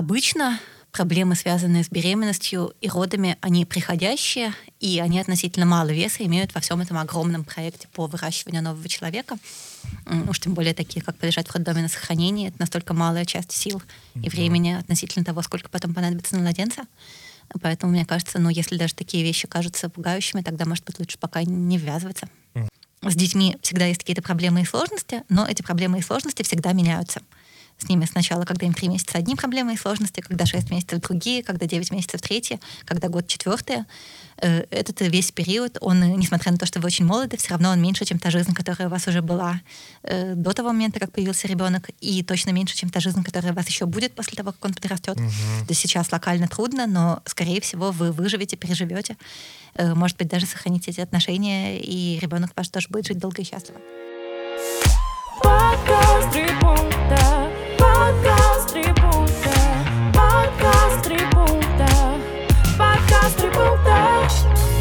Обычно проблемы, связанные с беременностью и родами, они приходящие, и они относительно мало веса имеют во всем этом огромном проекте по выращиванию нового человека. Уж тем более такие, как полежать в роддоме на сохранении, это настолько малая часть сил и времени относительно того, сколько потом понадобится на младенца. Поэтому, мне кажется, если даже такие вещи кажутся пугающими, тогда, может быть, лучше пока не ввязываться. С детьми всегда есть какие-то проблемы и сложности, но эти проблемы и сложности всегда меняются. С ними сначала, когда им 3 месяца одни проблемы и сложности, когда 6 месяцев другие, когда 9 месяцев третьи, когда год четвертые. Этот весь период, он, несмотря на то, что вы очень молоды, все равно он меньше, чем та жизнь, которая у вас уже была до того момента, как появился ребенок, и точно меньше, чем та жизнь, которая у вас еще будет после того, как он подрастет. То есть сейчас локально трудно, но, скорее всего, вы выживете, переживете. Может быть, даже сохраните эти отношения, и ребенок ваш тоже будет жить долго и счастливо. Подкаст «Три пункта». Подкаст «Три пункта». Подкаст «Три пункта». Подкаст «Три пункта».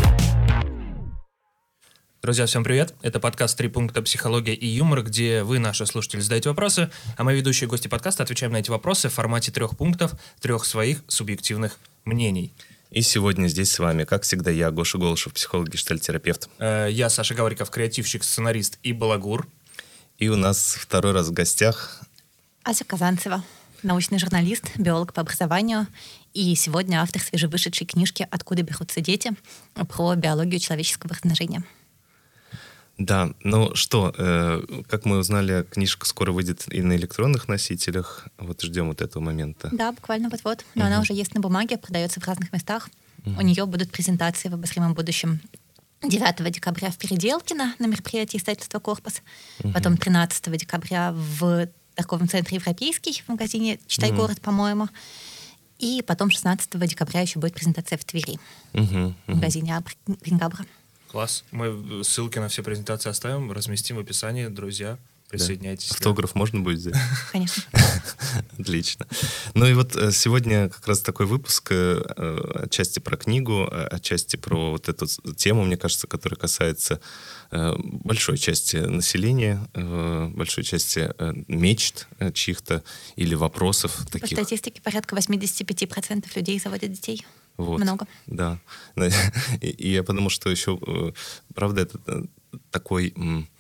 Друзья, всем привет! Это подкаст «Три пункта. Психология и юмор», где вы, наши слушатели, задаете вопросы, а мы, ведущие гости подкаста, отвечаем на эти вопросы в формате 3 пунктов, 3 своих субъективных мнений. И сегодня здесь с вами, как всегда, я, Гоша Голышев, психолог, гештальтерапевт. Я, Саша Гавриков, креативщик, сценарист и балагур. И у нас второй раз в гостях Ася Казанцева, научный журналист, биолог по образованию, и сегодня автор свежевышедшей книжки «Откуда берутся дети» про биологию человеческого размножения. Да, как мы узнали, книжка скоро выйдет и на электронных носителях. Вот ждем вот этого момента. Да, буквально вот-вот. Но она уже есть на бумаге, продается в разных местах. У нее будут презентации в обозримом будущем 9 декабря в Переделкино на мероприятии издательства «Корпус». Потом 13 декабря в торговом центре «Европейский» в магазине «Читай город», по-моему. И потом 16 декабря еще будет презентация в Твери в магазине «Абрикабра». Класс. Мы ссылки на все презентации оставим, разместим в описании. Друзья, присоединяйтесь. Да. Автограф можно будет взять? Конечно. Отлично. Ну и вот сегодня как раз такой выпуск отчасти про книгу, отчасти про вот эту тему, мне кажется, которая касается большой части населения, большой части мечт чьих-то или вопросов таких. По статистике порядка 85% людей заводят детей. Вот, много. Да. И я подумал, что еще, правда, это такой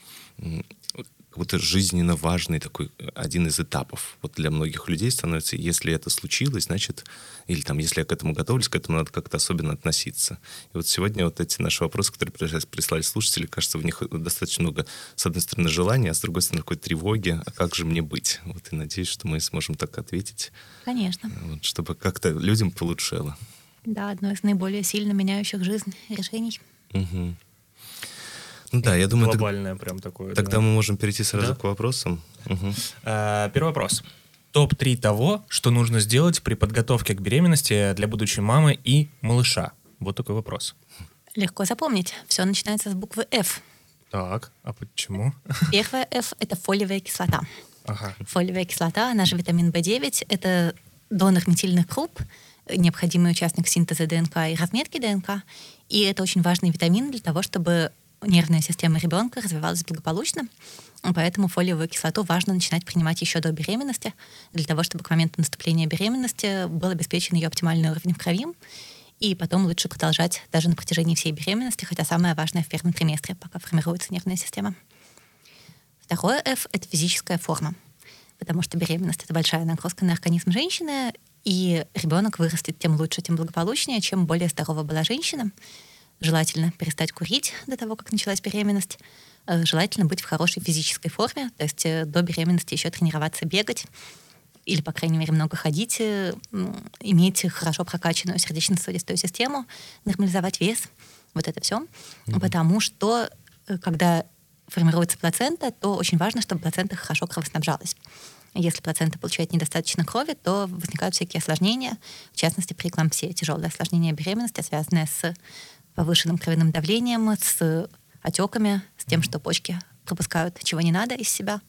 как будто жизненно важный такой один из этапов. Вот для многих людей становится, если это случилось, значит, или там, если я к этому готовлюсь, к этому надо как-то особенно относиться. И вот сегодня вот эти наши вопросы, которые прислали слушатели, кажется, в них достаточно много, с одной стороны, желания, а с другой стороны, какой-то тревоги, а как же мне быть? Вот и надеюсь, что мы сможем так ответить. Конечно. Вот, чтобы как-то людям получше. Да, одно из наиболее сильно меняющих жизнь решений. Угу. Ну да, я думаю... Глобальное прям такое. Тогда мы можем перейти сразу к вопросам. Угу. Первый вопрос. Топ-3 того, что нужно сделать при подготовке к беременности для будущей мамы и малыша. Вот такой вопрос. Легко запомнить. Все начинается с буквы F. Так, а почему? Первая F — это фолиевая кислота. Ага. Фолиевая кислота, она же витамин В9, это донор метильных групп, необходимый участник синтеза ДНК и разметки ДНК. И это очень важный витамин для того, чтобы нервная система ребенка развивалась благополучно. Поэтому фолиевую кислоту важно начинать принимать еще до беременности, для того, чтобы к моменту наступления беременности был обеспечен ее оптимальный уровень в крови. И потом лучше продолжать даже на протяжении всей беременности, хотя самое важное в первом триместре, пока формируется нервная система. Второе F — это физическая форма, потому что беременность — это большая нагрузка на организм женщины, и ребенок вырастет тем лучше, тем благополучнее, чем более здорова была женщина. Желательно перестать курить до того, как началась беременность. Желательно быть в хорошей физической форме, то есть до беременности еще тренироваться бегать или, по крайней мере, много ходить, иметь хорошо прокачанную сердечно-сосудистую систему, нормализовать вес. Вот это все. Потому что, когда формируется плацента, то очень важно, чтобы плацента хорошо кровоснабжалась. Если плацента получает недостаточно крови, то возникают всякие осложнения, в частности, при эклампсии, тяжелые осложнения беременности, связанные с повышенным кровяным давлением, с отеками, с тем, что почки пропускают чего не надо из себя.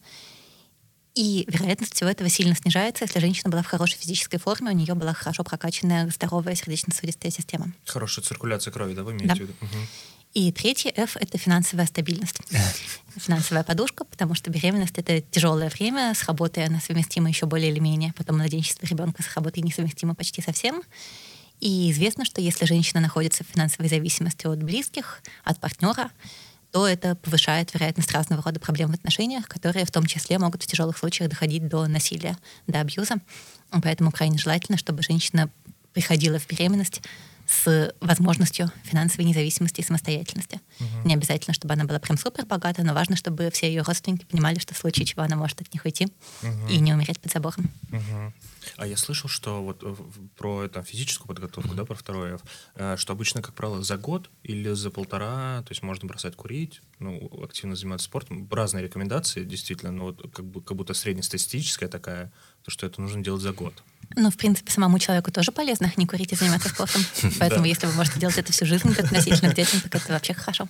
И вероятность всего этого сильно снижается, если женщина была в хорошей физической форме, у нее была хорошо прокачанная, здоровая сердечно-сосудистая система. Хорошая циркуляция крови, да, вы имеете в виду? Угу. И третий F — это финансовая стабильность. Финансовая подушка, потому что беременность — это тяжелое время, с работой она совместима еще более или менее, потом младенчество ребенка с работой несовместимо почти совсем. И известно, что если женщина находится в финансовой зависимости от близких, от партнера, то это повышает вероятность разного рода проблем в отношениях, которые в том числе могут в тяжелых случаях доходить до насилия, до абьюза. Поэтому крайне желательно, чтобы женщина приходила в беременность с возможностью финансовой независимости и самостоятельности. Не обязательно, чтобы она была прям супер богата, но важно, чтобы все ее родственники понимали, что в случае чего она может от них уйти и не умереть под забором. А я слышал, что вот про там, физическую подготовку, да, про второе, что обычно, как правило, за год или за полтора, то есть можно бросать курить, ну, активно заниматься спортом. Разные рекомендации, действительно, но вот как будто среднестатистическая такая, то, что это нужно делать за год. Ну, в принципе, самому человеку тоже полезно не курить и заниматься спортом. Поэтому, если вы можете делать это всю жизнь, как относительно к детям, так это вообще хорошо.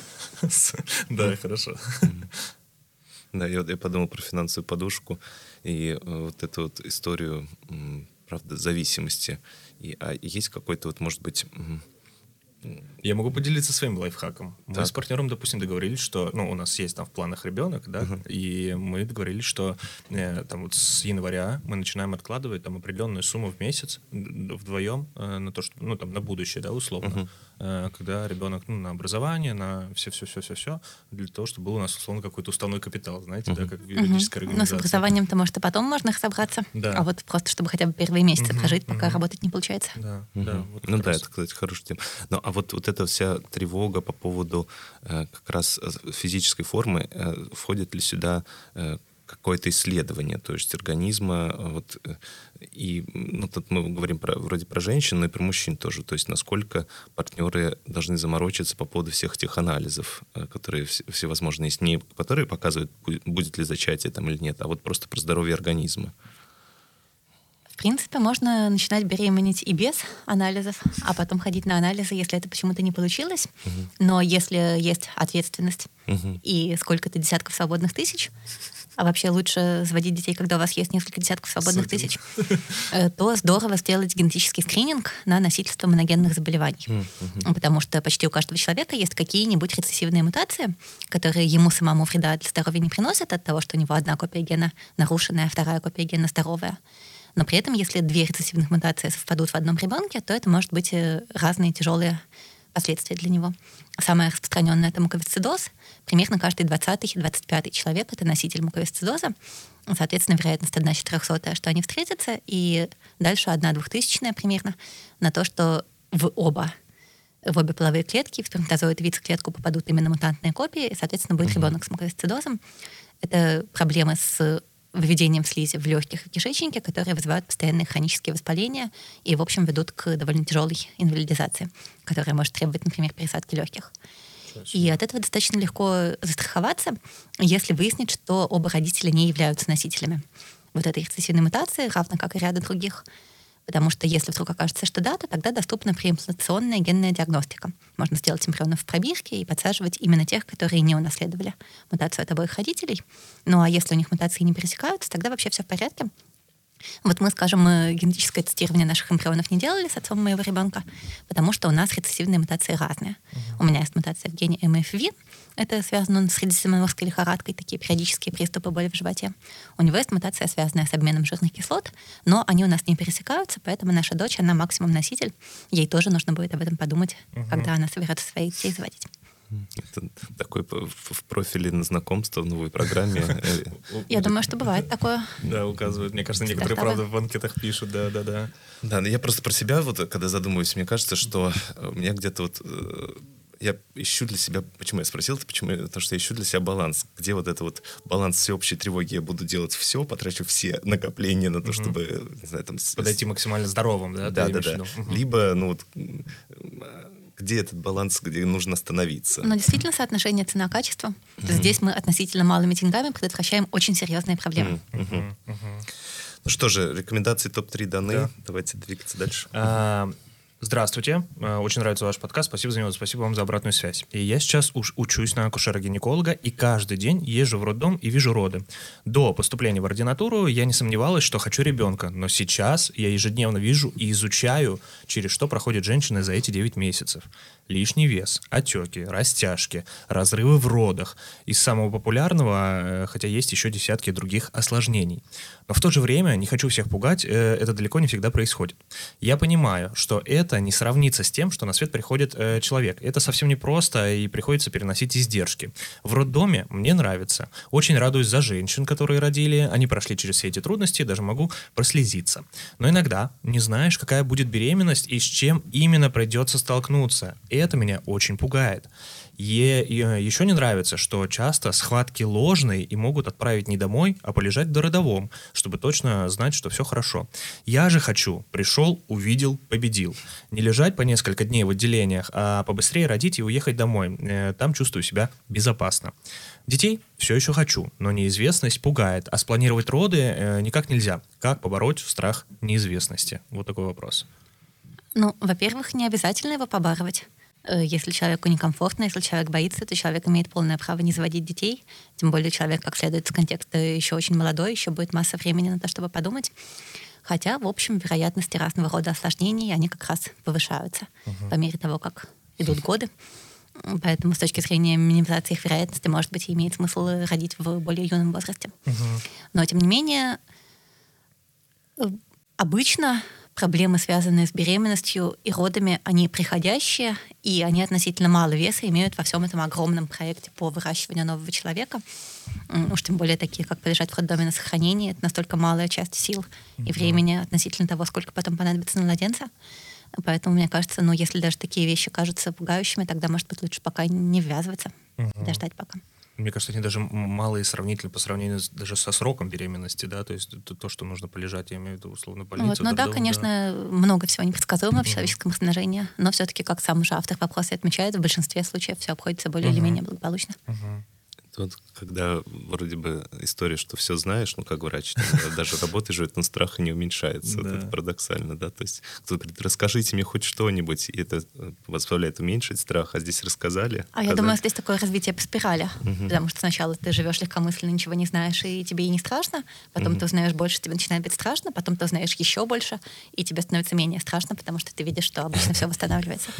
Да, хорошо. Да, я подумал про финансовую подушку и вот эту вот историю, правда, зависимости. А есть какой-то вот, может быть... Я могу поделиться своим лайфхаком. Мы Так. с партнером, допустим, договорились, что, ну, у нас есть там в планах ребенок, да, и мы договорились, что там вот с января мы начинаем откладывать там определенную сумму в месяц вдвоем на то, что, ну, там, на будущее, да, условно, когда ребенок, ну, на образование, на все, для того, чтобы был у нас, условно, какой-то уставной капитал, знаете, да, как в юридической Но с организации. образованием-то, может, и потом можно разобраться. Да. А вот просто, чтобы хотя бы первые месяцы прожить, пока работать не получается. Да, да. Вот Ну как да, раз. это, кстати, хорошая тема. Ну, а вот эта вся тревога по поводу как раз физической формы, входит ли сюда какое-то исследование, то есть организма, вот, и ну, тут мы говорим вроде про женщин, но и про мужчин тоже, то есть насколько партнеры должны заморочиться по поводу всех этих анализов, которые всевозможные есть, не которые показывают, будет ли зачатие там или нет, а вот просто про здоровье организма. В принципе, можно начинать беременеть и без анализов, а потом ходить на анализы, если это почему-то не получилось. Но если есть ответственность и сколько-то десятков свободных тысяч, а вообще лучше заводить детей, когда у вас есть несколько десятков свободных тысяч, то здорово сделать генетический скрининг на носительство моногенных заболеваний. Потому что почти у каждого человека есть какие-нибудь рецессивные мутации, которые ему самому вреда для здоровья не приносят от того, что у него одна копия гена нарушенная, а вторая копия гена здоровая. Но при этом, если две рецессивных мутации совпадут в одном ребенке, то это может быть разные тяжелые последствия для него. Самое распространенное — это муковисцидоз. Примерно каждый 20-25 человек — это носитель муковисцидоза. Соответственно, вероятность 1/400, что они встретятся, и дальше 1/2000 примерно на то, что в обе половые клетки, в сперматозоид и яйцеклетку попадут именно мутантные копии, и, соответственно, будет ребенок с муковисцидозом. Это проблемы с выведением слизи в легких и кишечнике, которые вызывают постоянные хронические воспаления и, в общем, ведут к довольно тяжелой инвалидизации, которая может требовать, например, пересадки легких. И от этого достаточно легко застраховаться, если выяснить, что оба родителя не являются носителями вот этой рецессивной мутации, равно как и ряда других. Потому что если вдруг окажется, что да, то тогда доступна преимплантационная генная диагностика. Можно сделать эмбрионов в пробирке и подсаживать именно тех, которые не унаследовали мутацию от обоих родителей. Ну а если у них мутации не пересекаются, тогда вообще все в порядке. Вот мы, скажем, генетическое тестирование наших эмбрионов не делали с отцом моего ребенка, потому что у нас рецессивные мутации разные. У меня есть мутация в гене МФВ, это связано с средиземноморской лихорадкой, такие периодические приступы боли в животе. У него есть мутация, связанная с обменом жирных кислот, но они у нас не пересекаются, поэтому наша дочь, она максимум носитель. Ей тоже нужно будет об этом подумать, когда она соберется своих детей заводить. Это такой в профиле на знакомство в новой программе. Я думаю, что бывает такое. Да, указывают. Мне кажется, некоторые, правда, в анкетах пишут, да. Да, но я просто про себя, вот когда задумываюсь, мне кажется, что у меня где-то вот... Я ищу для себя... Почему я спросил это? Потому что я ищу для себя баланс. Где вот это вот баланс всеобщей тревоги? Я буду делать все, потрачу все накопления на то, чтобы, не знаю, там... Подойти максимально здоровым, да? Да. Либо, ну вот... Где этот баланс, где нужно остановиться? Но действительно соотношение цена-качество. Здесь мы относительно малыми деньгами предотвращаем очень серьезные проблемы. Ну что же, рекомендации топ-3 даны. Да. Давайте двигаться дальше. Здравствуйте, очень нравится ваш подкаст, спасибо за него, спасибо вам за обратную связь. И я сейчас учусь на акушера-гинеколога, и каждый день езжу в роддом и вижу роды. До поступления в ординатуру я не сомневалась, что хочу ребенка, но сейчас я ежедневно вижу и изучаю, через что проходят женщины за эти 9 месяцев. Лишний вес, отеки, растяжки, разрывы в родах. Из самого популярного, хотя есть еще десятки других осложнений. Но в то же время, не хочу всех пугать, это далеко не всегда происходит. Я понимаю, что это не сравнится с тем, что на свет приходит человек. Это совсем непросто, и приходится переносить издержки. В роддоме мне нравится. Очень радуюсь за женщин, которые родили. Они прошли через все эти трудности, даже могу прослезиться. Но иногда не знаешь, какая будет беременность и с чем именно придется столкнуться. Это меня очень пугает. Еще не нравится, что часто схватки ложные и могут отправить не домой, а полежать до родовом, чтобы точно знать, что все хорошо. Я же хочу, пришел, увидел, победил. Не лежать по несколько дней в отделениях, а побыстрее родить и уехать домой. Там чувствую себя безопасно. Детей все еще хочу, но неизвестность пугает, а спланировать роды никак нельзя. Как побороть страх неизвестности? Вот такой вопрос. Ну, во-первых, не обязательно его побарывать. Если человеку некомфортно, если человек боится, то человек имеет полное право не заводить детей. Тем более человек, как следует из контекста, еще очень молодой, еще будет масса времени на то, чтобы подумать. Хотя, в общем, вероятности разного рода осложнений, они как раз повышаются по мере того, как идут годы. Поэтому с точки зрения минимизации их вероятности, может быть, и имеет смысл родить в более юном возрасте. Но, тем не менее, обычно проблемы, связанные с беременностью и родами, они приходящие, и они относительно мало веса имеют во всем этом огромном проекте по выращиванию нового человека. Уж тем более такие, как полежать в роддоме на сохранении, это настолько малая часть сил и времени относительно того, сколько потом понадобится на младенца. Поэтому, мне кажется, если даже такие вещи кажутся пугающими, тогда, может быть, лучше пока не ввязываться, дождать пока. Мне кажется, они даже малые сравнительно по сравнению даже со сроком беременности, да, то есть то, что нужно полежать, я имею в виду, условно, больницу. Ну да, конечно, много всего непредсказуемого в человеческом размножении, но все-таки, как сам же автор вопроса отмечает, в большинстве случаев все обходится более или менее благополучно. Вот когда вроде бы история, что все знаешь, как врач, даже работаешь, но страх не уменьшается. Вот это парадоксально, да. То есть кто-то говорит, расскажите мне хоть что-нибудь, и это позволяет уменьшить страх, а здесь рассказали. Я думаю, здесь такое развитие по спирали, потому что сначала ты живешь легкомысленно, ничего не знаешь, и тебе и не страшно, потом ты узнаешь больше, тебе начинает быть страшно, потом ты узнаешь еще больше, и тебе становится менее страшно, потому что ты видишь, что обычно все восстанавливается.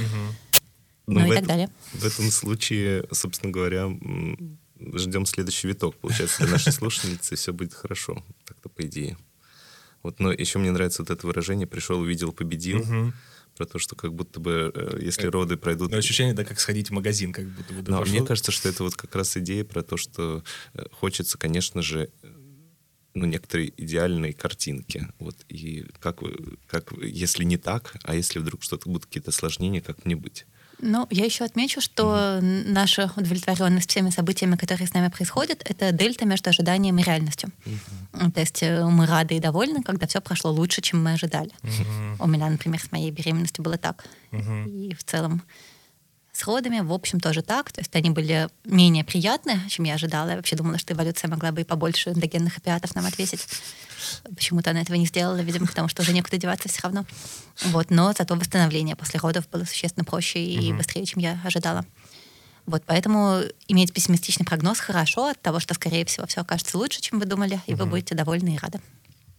И так далее. В этом случае, собственно говоря, ждем следующий виток. Получается, для нашей слушательницы все будет хорошо. Так-то по идее. Но еще мне нравится вот это выражение «пришел, увидел, победил». Про то, что как будто бы, если роды пройдут... Ощущение, да, как сходить в магазин, как будто бы. Но мне кажется, что это как раз идея про то, что хочется, конечно же, некоторой идеальной картинки. И как, если не так, а если вдруг что-то будут какие-то осложнения, как мне быть? Я еще отмечу, что наша удовлетворенность всеми событиями, которые с нами происходят, это дельта между ожиданием и реальностью. То есть мы рады и довольны, когда все прошло лучше, чем мы ожидали. У меня, например, с моей беременностью было так. И в целом с родами, в общем, тоже так. То есть они были менее приятные, чем я ожидала. Я вообще думала, что эволюция могла бы и побольше эндогенных опиатов нам отвесить. Почему-то она этого не сделала, видимо, потому что уже некуда деваться все равно. Но зато восстановление после родов было существенно проще и быстрее, чем я ожидала. Поэтому иметь пессимистичный прогноз хорошо от того, что, скорее всего, все окажется лучше, чем вы думали, и вы будете довольны и рады.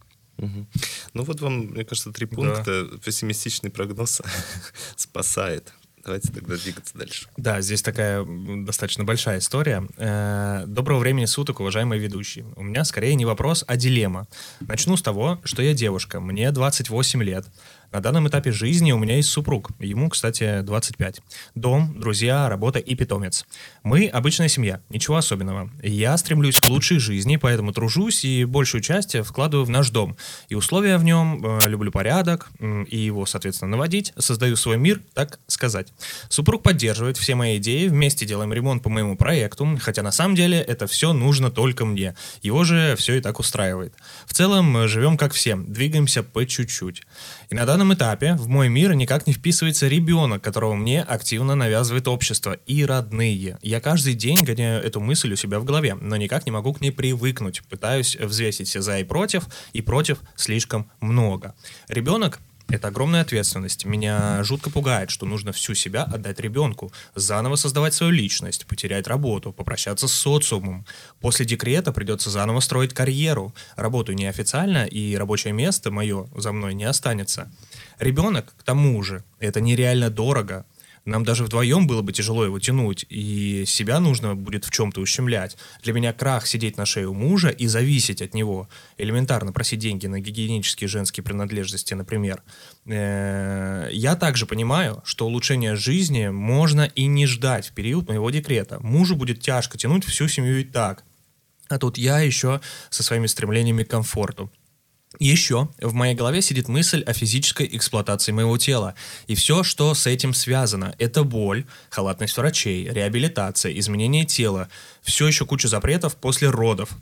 Вам, мне кажется, 3 пункта. Пессимистичный прогноз спасает. Давайте тогда двигаться дальше. Да, здесь такая достаточно большая история. Доброго времени суток, уважаемые ведущие. У меня скорее не вопрос, а дилемма. Начну с того, что я девушка, мне 28 лет. На данном этапе жизни у меня есть супруг. Ему, кстати, 25. Дом, друзья, работа и питомец. Мы обычная семья, ничего особенного. Я стремлюсь к лучшей жизни, поэтому тружусь и большую часть вкладываю в наш дом. И условия в нем, люблю порядок, и его, соответственно, наводить. Создаю свой мир, так сказать. Супруг поддерживает все мои идеи, вместе делаем ремонт по моему проекту, хотя на самом деле это все нужно только мне. Его же все и так устраивает. В целом живем как все, двигаемся по чуть-чуть. И на данном этапе в мой мир никак не вписывается ребенок, которого мне активно навязывает общество и родные. Я каждый день гоняю эту мысль у себя в голове, но никак не могу к ней привыкнуть. Пытаюсь взвесить все за и против слишком много. Ребенок Это огромная ответственность. Меня жутко пугает, что нужно всю себя отдать ребенку, заново создавать свою личность, потерять работу, попрощаться с социумом. После декрета придется заново строить карьеру. Работаю неофициально, и рабочее место мое за мной не останется. Ребенок, к тому же, это нереально дорого. Нам даже вдвоем было бы тяжело его тянуть, и себя нужно будет в чем-то ущемлять. Для меня крах сидеть на шее у мужа и зависеть от него. Элементарно просить деньги на гигиенические женские принадлежности, например. Я также понимаю, что улучшение жизни можно и не ждать в период моего декрета. Мужу будет тяжко тянуть всю семью и так. А тут я еще со своими стремлениями к комфорту. Еще в моей голове сидит мысль о физической эксплуатации моего тела. И все, что с этим связано. Это боль, халатность врачей, реабилитация, изменение тела. Все еще куча запретов после родов.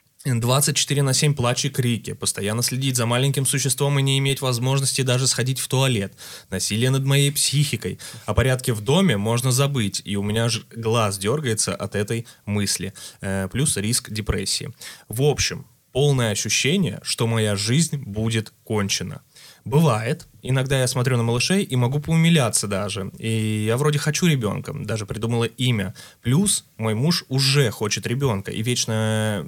24/7 плач и крики, постоянно следить за маленьким существом и не иметь возможности даже сходить в туалет. Насилие над моей психикой. О порядке в доме можно забыть, и у меня же глаз дергается от этой мысли. Плюс риск депрессии. В общем, полное ощущение, что моя жизнь будет кончена. Бывает. Иногда я смотрю на малышей и могу поумиляться даже. И я вроде хочу ребенка, даже придумала имя. Плюс мой муж уже хочет ребенка, и вечно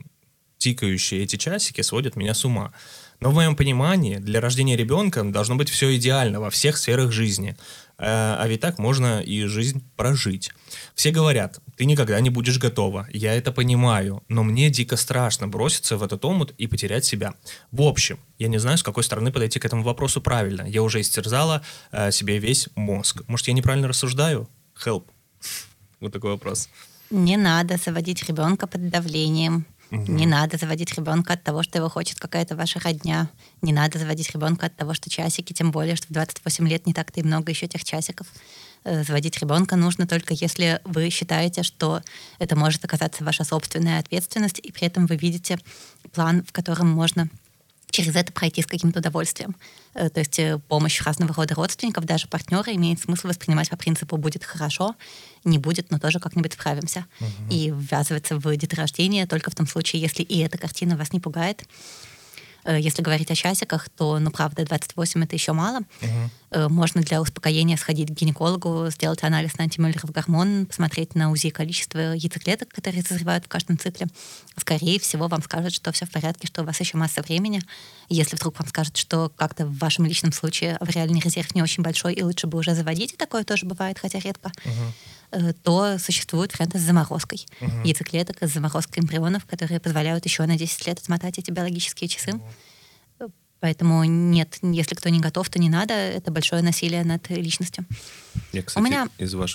тикающие эти часики сводят меня с ума. Но в моем понимании для рождения ребенка должно быть все идеально во всех сферах жизни. А ведь так можно и жизнь прожить. Все говорят, ты никогда не будешь готова. Я это понимаю, но мне дико страшно броситься в этот омут и потерять себя. В общем, я не знаю, с какой стороны подойти к этому вопросу правильно. Я уже истерзала себе весь мозг. Может, я неправильно рассуждаю? Help. Вот такой вопрос. Не надо заводить ребенка под давлением. Не надо заводить ребенка от того, что его хочет какая-то ваша родня. Не надо заводить ребенка от того, что часики, тем более, что в 28 лет не так-то и много еще этих часиков. Заводить ребенка нужно только если вы считаете, что это может оказаться ваша собственная ответственность, и при этом вы видите план, в котором можно через это пройти с каким-то удовольствием. То есть помощь разного рода родственников, даже партнера, имеет смысл воспринимать по принципу «будет хорошо», не будет, но тоже как-нибудь справимся. И ввязываться в деторождение только в том случае, если и эта картина вас не пугает. Если говорить о часиках, то, ну, правда, 28 — это еще мало. Можно для успокоения сходить к гинекологу, сделать анализ на антимюллеров гормон, посмотреть на УЗИ количество яйцеклеток, которые созревают в каждом цикле. Скорее всего, вам скажут, что все в порядке, что у вас еще масса времени. Если вдруг вам скажут, что как-то в вашем личном случае авриальный резерв не очень большой, и лучше бы уже заводить, и такое тоже бывает, хотя редко, то существуют варианты с заморозкой яйцеклеток, с заморозкой эмбрионов, которые позволяют еще на 10 лет отмотать эти биологические часы. Поэтому нет, если кто не готов, то не надо. Это большое насилие над личностью. Я, кстати,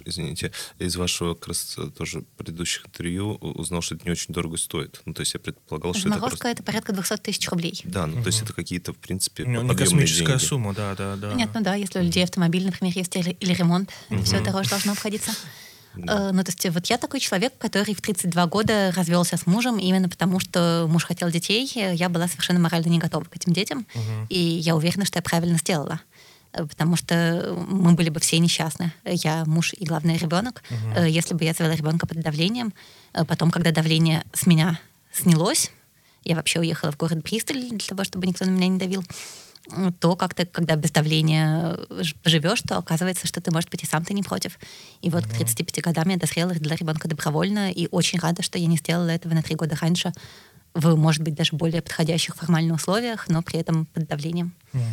из вашего как раз тоже предыдущих интервью узнал, что это не очень дорого стоит. Ну, то есть я предполагал, что заморозка это порядка 200 тысяч рублей. Да, ну, то есть это какие-то, в принципе, не космическая сумма, да. Нет, ну да, если у людей автомобиль, например, есть или ремонт, все дороже должно обходиться. Да. Ну, то есть вот я такой человек, который в 32 года развелся с мужем именно потому, что муж хотел детей. Я была совершенно морально не готова к этим детям. И я уверена, что я правильно сделала. Потому что мы были бы все несчастны. Я муж и, главное, ребенок. Если бы я завела ребенка под давлением, потом, когда давление с меня снялось, я вообще уехала в город Бристоль для того, чтобы никто на меня не давил, то как-то, когда без давления живешь, то оказывается, что ты, может быть, и сам ты не против. И вот к 35 годам я дозрела, родила ребенка добровольно, и очень рада, что я не сделала этого на 3 года раньше, в, может быть, даже более подходящих формально условиях, но при этом под давлением.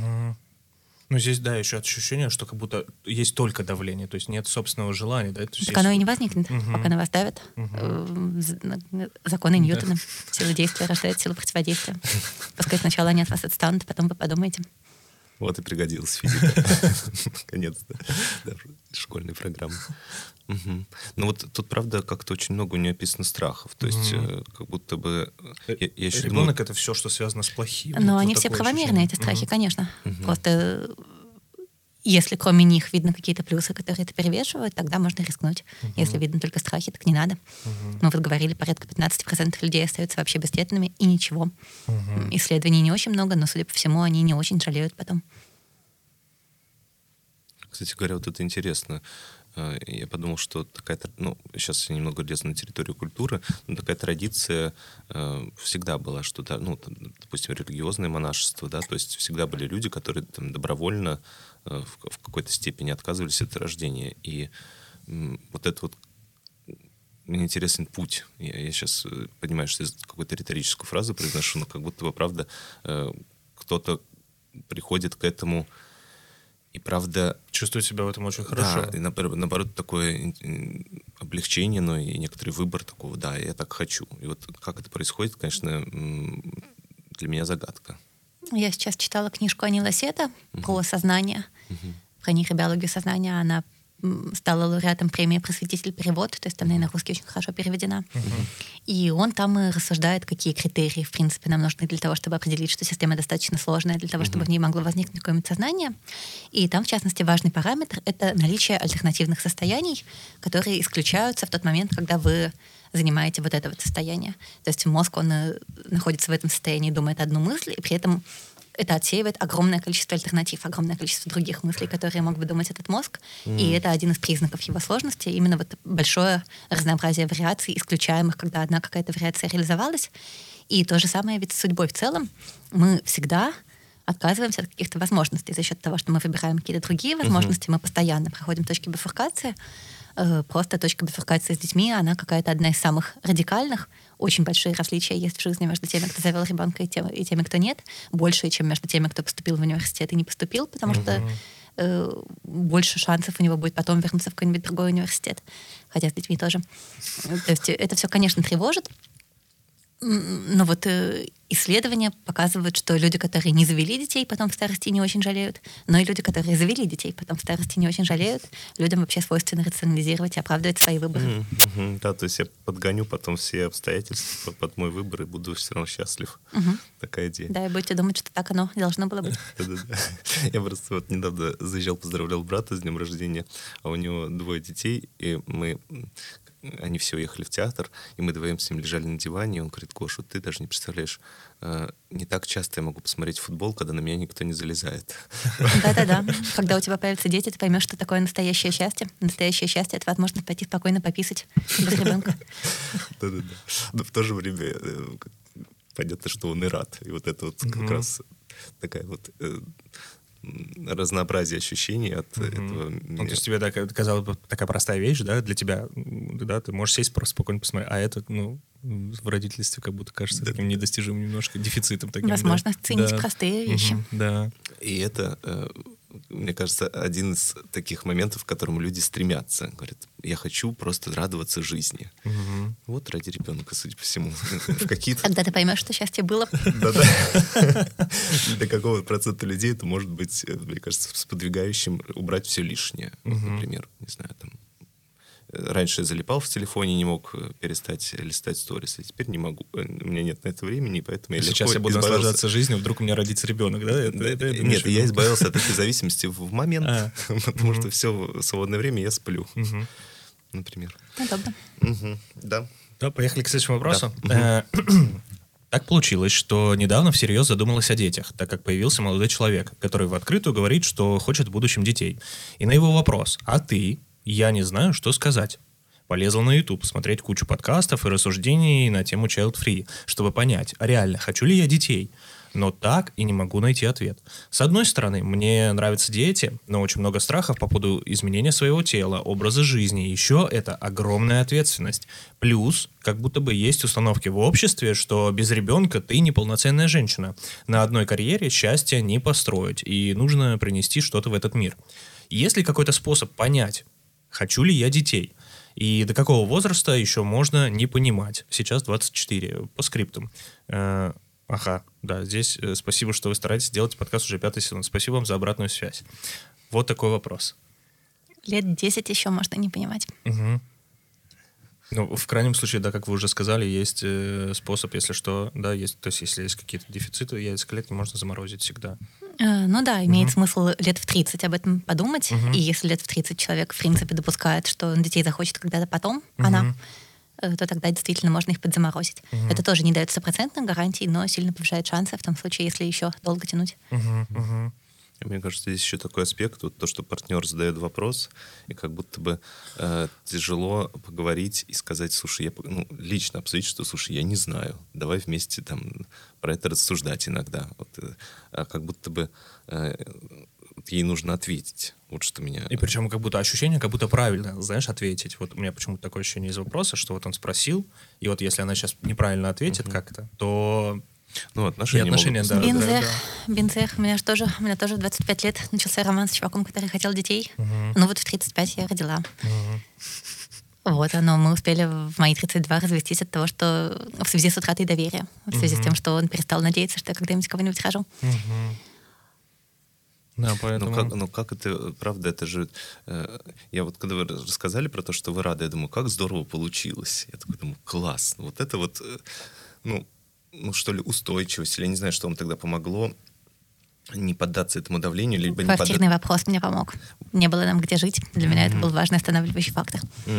Ну, здесь, да, еще ощущение, что как будто есть только давление, то есть нет собственного желания. Да? То есть так оно и не возникнет, пока на вас давят. Законы Ньютона. Сила действия рождает силу противодействия. Пускай сначала они от вас отстанут, потом вы подумаете. Вот и пригодилась физика. Наконец-то. Школьной программы. Ну вот тут, правда, как-то очень много у нее описано страхов. То есть как будто бы... Ребенок — это все, что связано с плохим. Но они все правомерные, эти страхи, конечно. Просто если кроме них видно какие-то плюсы, которые это перевешивают, тогда можно рискнуть. Если видно только страхи, так не надо. Мы вот говорили, порядка 15% людей остаются вообще бездетными, и ничего. Исследований не очень много, но, судя по всему, они не очень жалеют потом. Кстати говоря, вот это интересно. Я подумал, что такая, сейчас я немного лезу на территорию культуры, но такая традиция всегда была, что, да, допустим, религиозное монашество, да, то есть всегда были люди, которые там добровольно в какой-то степени отказывались от рождения. И вот это вот мне интересен путь. Я сейчас понимаю, что я какую-то риторическую фразу произношу, но как будто бы, правда, кто-то приходит к этому и, правда... Чувствую себя в этом очень хорошо. Да, и наоборот, такое облегчение, но и некоторый выбор такого, да, я так хочу. И вот как это происходит, конечно, для меня загадка. Я сейчас читала книжку Ани Лассета про сознание, про нейробиологию сознания. Она стала лауреатом премии «Просветитель перевод», то есть она и на русский очень хорошо переведена. И он там рассуждает, какие критерии, в принципе, нам нужны для того, чтобы определить, что система достаточно сложная, для того, чтобы в ней могло возникнуть какое-нибудь сознание. И там, в частности, важный параметр — это наличие альтернативных состояний, которые исключаются в тот момент, когда вы занимаете вот это вот состояние. То есть мозг, он находится в этом состоянии, думает одну мысль, и при этом это отсеивает огромное количество альтернатив, огромное количество других мыслей, которые мог бы думать этот мозг. И это один из признаков его сложности. Именно вот большое разнообразие вариаций, исключаемых, когда одна какая-то вариация реализовалась. И то же самое ведь с судьбой в целом. Мы всегда отказываемся от каких-то возможностей за счет того, что мы выбираем какие-то другие возможности. Мы постоянно проходим точки бифуркации. Просто точка бифуркации с детьми, она какая-то одна из самых радикальных. Очень большие различия есть в жизни между теми, кто завел ребенка, и теми, кто нет. Больше, чем между теми, кто поступил в университет и не поступил, потому что больше шансов у него будет потом вернуться в какой-нибудь другой университет. Хотя с детьми тоже. То есть это все, конечно, тревожит. Но вот исследования показывают, что люди, которые не завели детей, потом в старости не очень жалеют, но и люди, которые завели детей, потом в старости не очень жалеют, людям вообще свойственно рационализировать и оправдывать свои выборы. Да, то есть я подгоню потом все обстоятельства под мой выбор и буду все равно счастлив. Такая идея. Да, и будете думать, что так оно должно было быть. Да-да-да. Я просто вот недавно заезжал, поздравлял брата с днем рождения, а у него 2 детей, и они все уехали в театр, и мы вдвоем с ним лежали на диване, и он говорит: Гоша, ты даже не представляешь, не так часто я могу посмотреть футбол, когда на меня никто не залезает. Да-да-да. Когда у тебя появятся дети, ты поймешь, что такое настоящее счастье. Настоящее счастье — это возможность пойти спокойно пописать без ребенка. Да-да-да. Но в то же время понятно, что он и рад. И вот это вот как раз такая вот разнообразие ощущений от этого. Ну, то есть тебе казалось бы такая простая вещь, да, для тебя, да, ты можешь сесть просто спокойно посмотреть, а это, в родительстве как будто кажется таким недостижимым немножко, дефицитом таким. Возможно, ценить простые вещи. Да. И это, мне кажется, один из таких моментов, к которому люди стремятся. Говорят, я хочу просто радоваться жизни. Вот ради ребенка, судя по всему. Когда ты поймешь, что счастье было. Да-да. Для какого процента людей это может быть, мне кажется, сподвигающим убрать все лишнее. Например, не знаю, там... Раньше я залипал в телефоне, не мог перестать листать сторис, а теперь не могу. У меня нет на это времени, поэтому я легко Сейчас я буду наслаждаться жизнью, вдруг у меня родится ребенок, да? Нет, я избавился от этой зависимости в момент, потому что все свободное время я сплю, например. Удобно. Да. Да, поехали к следующему вопросу. Так получилось, что недавно всерьез задумалась о детях, так как появился молодой человек, который в открытую говорит, что хочет в будущем детей. И на его вопрос: «А ты?» Я не знаю, что сказать. Полезла на YouTube смотреть кучу подкастов и рассуждений на тему child-free, чтобы понять, а реально хочу ли я детей. Но так и не могу найти ответ. С одной стороны, мне нравятся дети, но очень много страхов по поводу изменения своего тела, образа жизни. Еще это огромная ответственность. Плюс, как будто бы есть установки в обществе, что без ребенка ты неполноценная женщина. На одной карьере счастья не построить, и нужно принести что-то в этот мир. Есть ли какой-то способ понять, хочу ли я детей? И до какого возраста еще можно не понимать? Сейчас 24, по скриптам. Ага, да, здесь спасибо, что вы стараетесь делать подкаст уже 5-й сезон. Спасибо вам за обратную связь. Вот такой вопрос. Лет 10 еще можно не понимать. Ну, в крайнем случае, да, как вы уже сказали, есть способ, если что, да, есть, то есть если есть какие-то дефициты, яйцеклетки можно заморозить всегда. Ну да, имеет смысл лет в 30 об этом подумать. И если лет в 30 человек, в принципе, допускает, что он детей захочет когда-то потом, то тогда действительно можно их подзаморозить. Это тоже не дает стопроцентных гарантий, но сильно повышает шансы в том случае, если еще долго тянуть. Мне кажется, здесь еще такой аспект, вот то, что партнер задает вопрос, и как будто бы тяжело поговорить и сказать, слушай, лично обсудить, что, слушай, я не знаю, давай вместе там про это рассуждать иногда. Вот, как будто бы ей нужно ответить. Вот что меня... И причем как будто ощущение, как будто правильно, знаешь, ответить. Вот у меня почему-то такое ощущение из вопроса, что вот он спросил, и вот если она сейчас неправильно ответит как-то, то... Ну, отношения могут... да. Бинзех. У меня тоже в 25 лет начался роман с чуваком, который хотел детей. Ну вот в 35 я родила. Вот, но мы успели в мои 32 развестись от того, что в связи с утратой доверия, в связи с тем, что он перестал надеяться, что я когда-нибудь кого-нибудь рожу. Да, поэтому... Ну как это, правда, это же... Я вот, когда вы рассказали про то, что вы рады, я думаю, как здорово получилось. Я такой думаю, класс. Вот это вот, что ли, устойчивость, или я не знаю, что вам тогда помогло не поддаться этому давлению, либо не поддаться... Квартирный вопрос мне помог. Не было нам где жить. Для меня это был важный останавливающий фактор.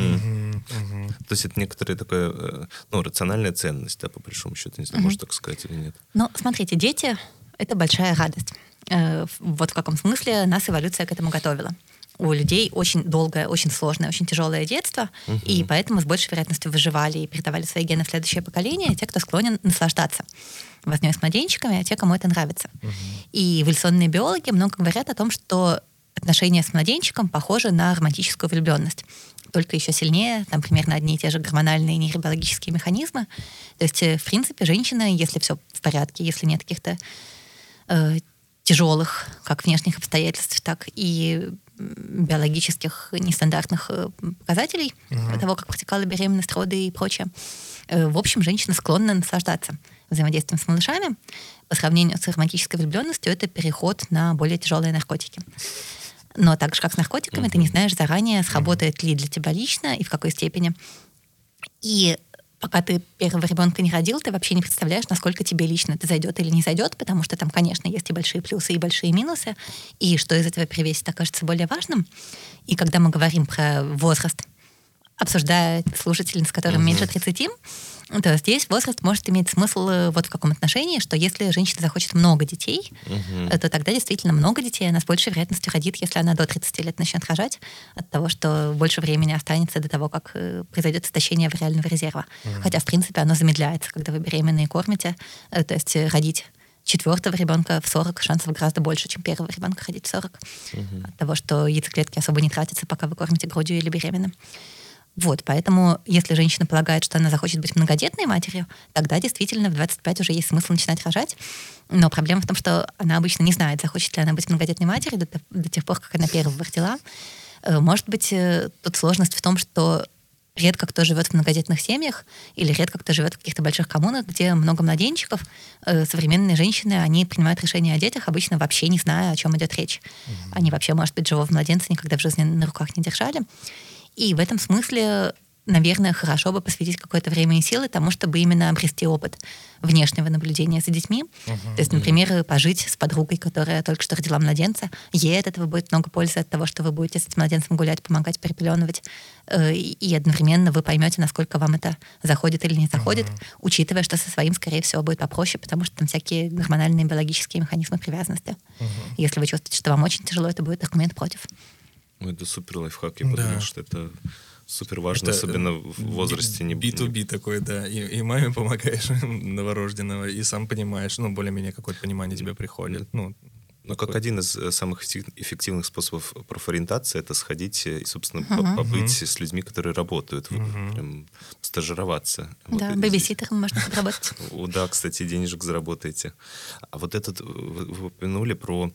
То есть это некоторая такая, рациональная ценность, да, по большому счету, не знаю, можно так сказать или нет. Ну, смотрите, дети — это большая радость. Вот в каком смысле нас эволюция к этому готовила. У людей очень долгое, очень сложное, очень тяжелое детство, и поэтому с большей вероятностью выживали и передавали свои гены в следующее поколение те, кто склонен наслаждаться вознёй с младенчиками, а те, кому это нравится. И эволюционные биологи много говорят о том, что отношения с младенчиком похожи на романтическую влюбленность. Только еще сильнее, там примерно одни и те же гормональные нейробиологические механизмы. То есть, в принципе, женщина, если все в порядке, если нет каких-то тяжелых как внешних обстоятельств, так и биологических нестандартных показателей того, как протекала беременность, роды и прочее. В общем, женщина склонна наслаждаться взаимодействием с малышами. По сравнению с романтической влюбленностью, это переход на более тяжелые наркотики. Но так же, как с наркотиками, ты не знаешь заранее, сработает ли для тебя лично и в какой степени. И пока ты первого ребенка не родил, ты вообще не представляешь, насколько тебе лично это зайдет или не зайдет, потому что там, конечно, есть и большие плюсы, и большие минусы, и что из этого перевесит, окажется более важным. И когда мы говорим про возраст, обсуждая слушательниц, которым меньше 30, то здесь возраст может иметь смысл вот в каком отношении, что если женщина захочет много детей, то тогда действительно много детей она с большей вероятностью родит, если она до 30 лет начнет рожать, от того, что больше времени останется до того, как произойдет истощение вариального резерва. Хотя, в принципе, оно замедляется, когда вы беременны и кормите. То есть родить 4-го ребенка в 40 шансов гораздо больше, чем первого ребенка родить в 40. От того, что яйцеклетки особо не тратятся, пока вы кормите грудью или беременным. Вот, поэтому, если женщина полагает, что она захочет быть многодетной матерью, тогда действительно в 25 уже есть смысл начинать рожать. Но проблема в том, что она обычно не знает, захочет ли она быть многодетной матерью до тех пор, как она первого родила. Может быть, тут сложность в том, что редко кто живет в многодетных семьях или редко кто живет в каких-то больших коммунах, где много младенчиков. Современные женщины, они принимают решения о детях, обычно вообще не зная, о чем идет речь. Они вообще, может быть, живого младенца никогда в жизни на руках не держали. И в этом смысле, наверное, хорошо бы посвятить какое-то время и силы тому, чтобы именно обрести опыт внешнего наблюдения за детьми. То есть, например, пожить с подругой, которая только что родила младенца. Ей от этого будет много пользы от того, что вы будете с этим младенцем гулять, помогать перепеленывать. И одновременно вы поймете, насколько вам это заходит или не заходит, учитывая, что со своим, скорее всего, будет попроще, потому что там всякие гормональные биологические механизмы привязанности. Если вы чувствуете, что вам очень тяжело, это будет аргумент против. Ну, это супер лайфхак, я подумал, что это супер важно, это особенно в возрасте. B2B такой, да. И маме помогаешь новорожденного, и сам понимаешь, более-менее какое-то понимание тебе приходит. Но как один из самых эффективных способов профориентации — это сходить и, собственно, побыть с людьми, которые работают, прям стажироваться. Да, бэбиситером можно подработать. Да, кстати, денежек заработаете. А вот этот, вы упомянули про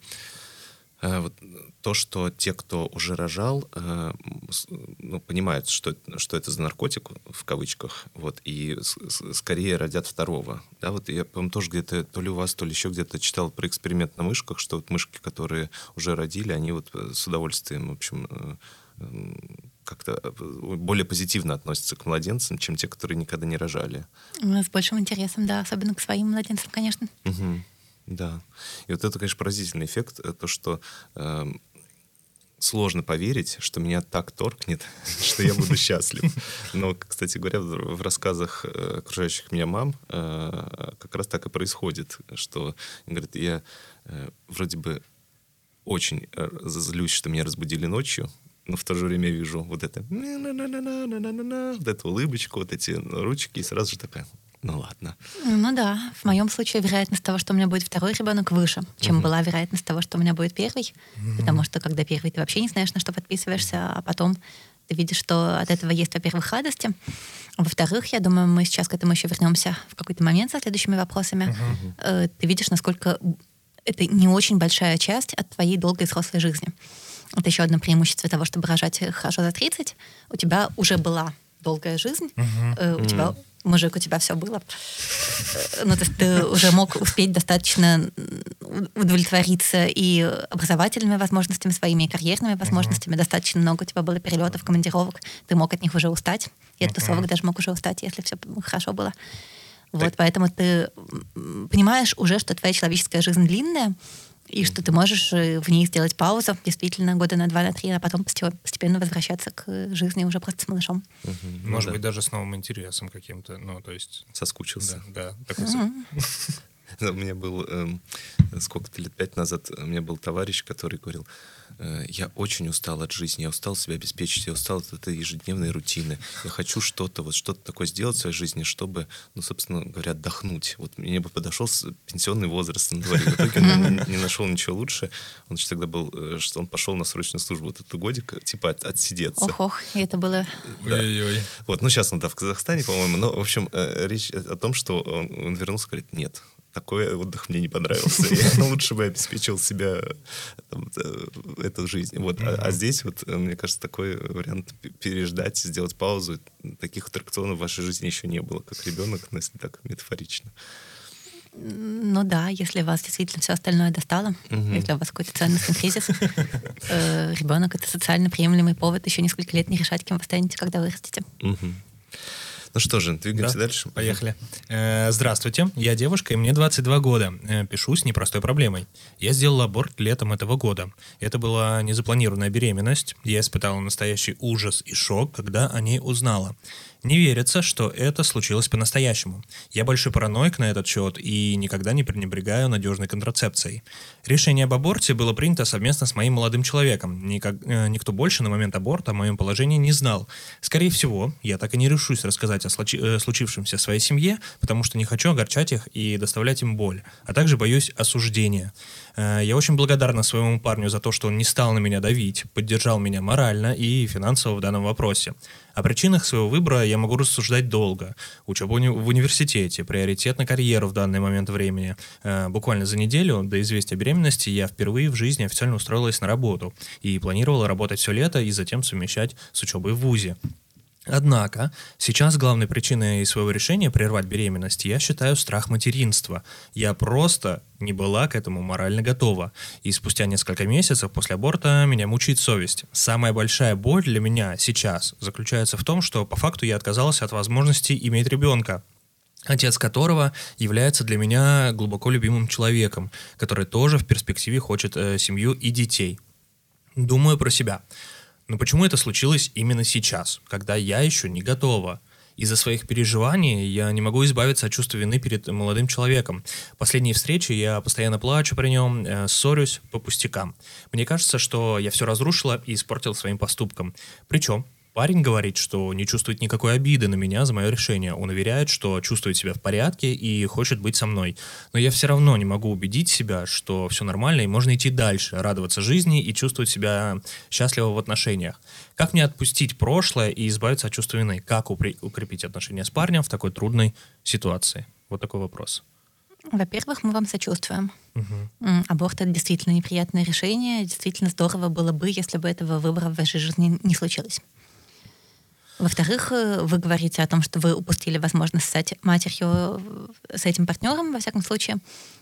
то, что те, кто уже рожал, понимают, что это за наркотик, в кавычках, и скорее родят второго. Да, вот я, по-моему, тоже где-то, то ли у вас, то ли еще где-то читал про эксперимент на мышках, что вот мышки, которые уже родили, они вот с удовольствием, в общем, как-то более позитивно относятся к младенцам, чем те, которые никогда не рожали. С большим интересом, да, особенно к своим младенцам, конечно. Да. И вот это, конечно, поразительный эффект, то, что сложно поверить, что меня так торкнет, что я буду счастлив. Но, кстати говоря, в рассказах окружающих меня мам как раз так и происходит, что, говорят, я вроде бы очень злюсь, что меня разбудили ночью, но в то же время вижу вот это, вот эту улыбочку, вот эти ручки, и сразу же такая, ну ладно. Ну да, в моем случае вероятность того, что у меня будет второй ребенок, выше, чем была вероятность того, что у меня будет первый. Потому что когда первый, ты вообще не знаешь, на что подписываешься, а потом ты видишь, что от этого есть, во-первых, радости. А во-вторых, я думаю, мы сейчас к этому еще вернемся в какой-то момент со следующими вопросами. Ты видишь, насколько это не очень большая часть от твоей долгой взрослой жизни. Это еще одно преимущество того, чтобы рожать хорошо за 30. У тебя уже была долгая жизнь, у тебя мужик, у тебя все было. Ну, то есть ты уже мог успеть достаточно удовлетвориться и образовательными возможностями своими, и карьерными возможностями. Достаточно много у тебя было перелетов, командировок. Ты мог от них уже устать. И от тусовок даже мог уже устать, если все хорошо было. Вот, поэтому ты понимаешь уже, что твоя человеческая жизнь длинная, и что ты можешь в ней сделать паузу, действительно, года на 2, на 3, а потом постепенно возвращаться к жизни уже просто с малышом. Может быть, даже с новым интересом каким-то, ну, то есть... Соскучился. Да, такой... У меня был, сколько-то лет 5 назад, у меня был товарищ, который говорил, я очень устал от жизни, я устал себя обеспечить, я устал от этой ежедневной рутины. Я хочу что-то такое сделать в своей жизни, чтобы, ну, собственно говоря, отдохнуть. Вот мне бы подошел пенсионный возраст на дворе. В итоге он не нашел ничего лучше. Он еще тогда был, что он пошел на срочную службу вот этот годик, типа отсидеться. Ох, и это было... Ой-ой-ой. Вот, ну сейчас он, да, в Казахстане, по-моему. Но, в общем, речь о том, что он вернулся и говорит, нет, такой отдых мне не понравился. Я лучше бы обеспечил себя эту жизнь. Вот. А здесь, вот, мне кажется, такой вариант переждать, сделать паузу. Таких аттракционов в вашей жизни еще не было, как ребенок, но если так метафорично. Ну да, если вас действительно все остальное достало, если у вас какой-то ценностный кризис, ребенок — это социально приемлемый повод еще несколько лет не решать, кем вы станете, когда вырастете. Ну что же, двигаемся дальше. Поехали. Здравствуйте, я девушка, и мне 22 года. Пишу с непростой проблемой. Я сделала аборт летом этого года. Это была незапланированная беременность. Я испытала настоящий ужас и шок, когда о ней узнала. Не верится, что это случилось по-настоящему. Я большой параноик на этот счет и никогда не пренебрегаю надежной контрацепцией. Решение об аборте было принято совместно с моим молодым человеком. Никто больше на момент аборта о моем положении не знал. Скорее всего, я так и не решусь рассказать о случившемся своей семье, потому что не хочу огорчать их и доставлять им боль, а также боюсь осуждения. Я очень благодарна своему парню за то, что он не стал на меня давить, поддержал меня морально и финансово в данном вопросе. О причинах своего выбора я могу рассуждать долго. Учеба в университете, приоритет на карьеру в данный момент времени. Буквально за неделю до известия беременности я впервые в жизни официально устроилась на работу и планировала работать все лето и затем совмещать с учебой в вузе. Однако, сейчас главной причиной своего решения прервать беременность я считаю страх материнства. Я просто не была к этому морально готова. И спустя несколько месяцев после аборта меня мучает совесть. Самая большая боль для меня сейчас заключается в том, что по факту я отказалась от возможности иметь ребенка, отец которого является для меня глубоко любимым человеком, который тоже в перспективе хочет семью и детей. Думаю про себя. Но почему это случилось именно сейчас, когда я еще не готова? Из-за своих переживаний я не могу избавиться от чувства вины перед молодым человеком. Последние встречи я постоянно плачу при нем, ссорюсь по пустякам. Мне кажется, что я все разрушила и испортила своим поступком. Причем парень говорит, что не чувствует никакой обиды на меня за мое решение. Он уверяет, что чувствует себя в порядке и хочет быть со мной. Но я все равно не могу убедить себя, что все нормально и можно идти дальше, радоваться жизни и чувствовать себя счастливо в отношениях. Как мне отпустить прошлое и избавиться от чувства вины? Как укрепить отношения с парнем в такой трудной ситуации? Вот такой вопрос. Во-первых, мы вам сочувствуем. Аборт — это действительно неприятное решение. Действительно здорово было бы, если бы этого выбора в вашей жизни не случилось. Во-вторых, вы говорите о том, что вы упустили возможность стать матерью с этим партнером, во всяком случае.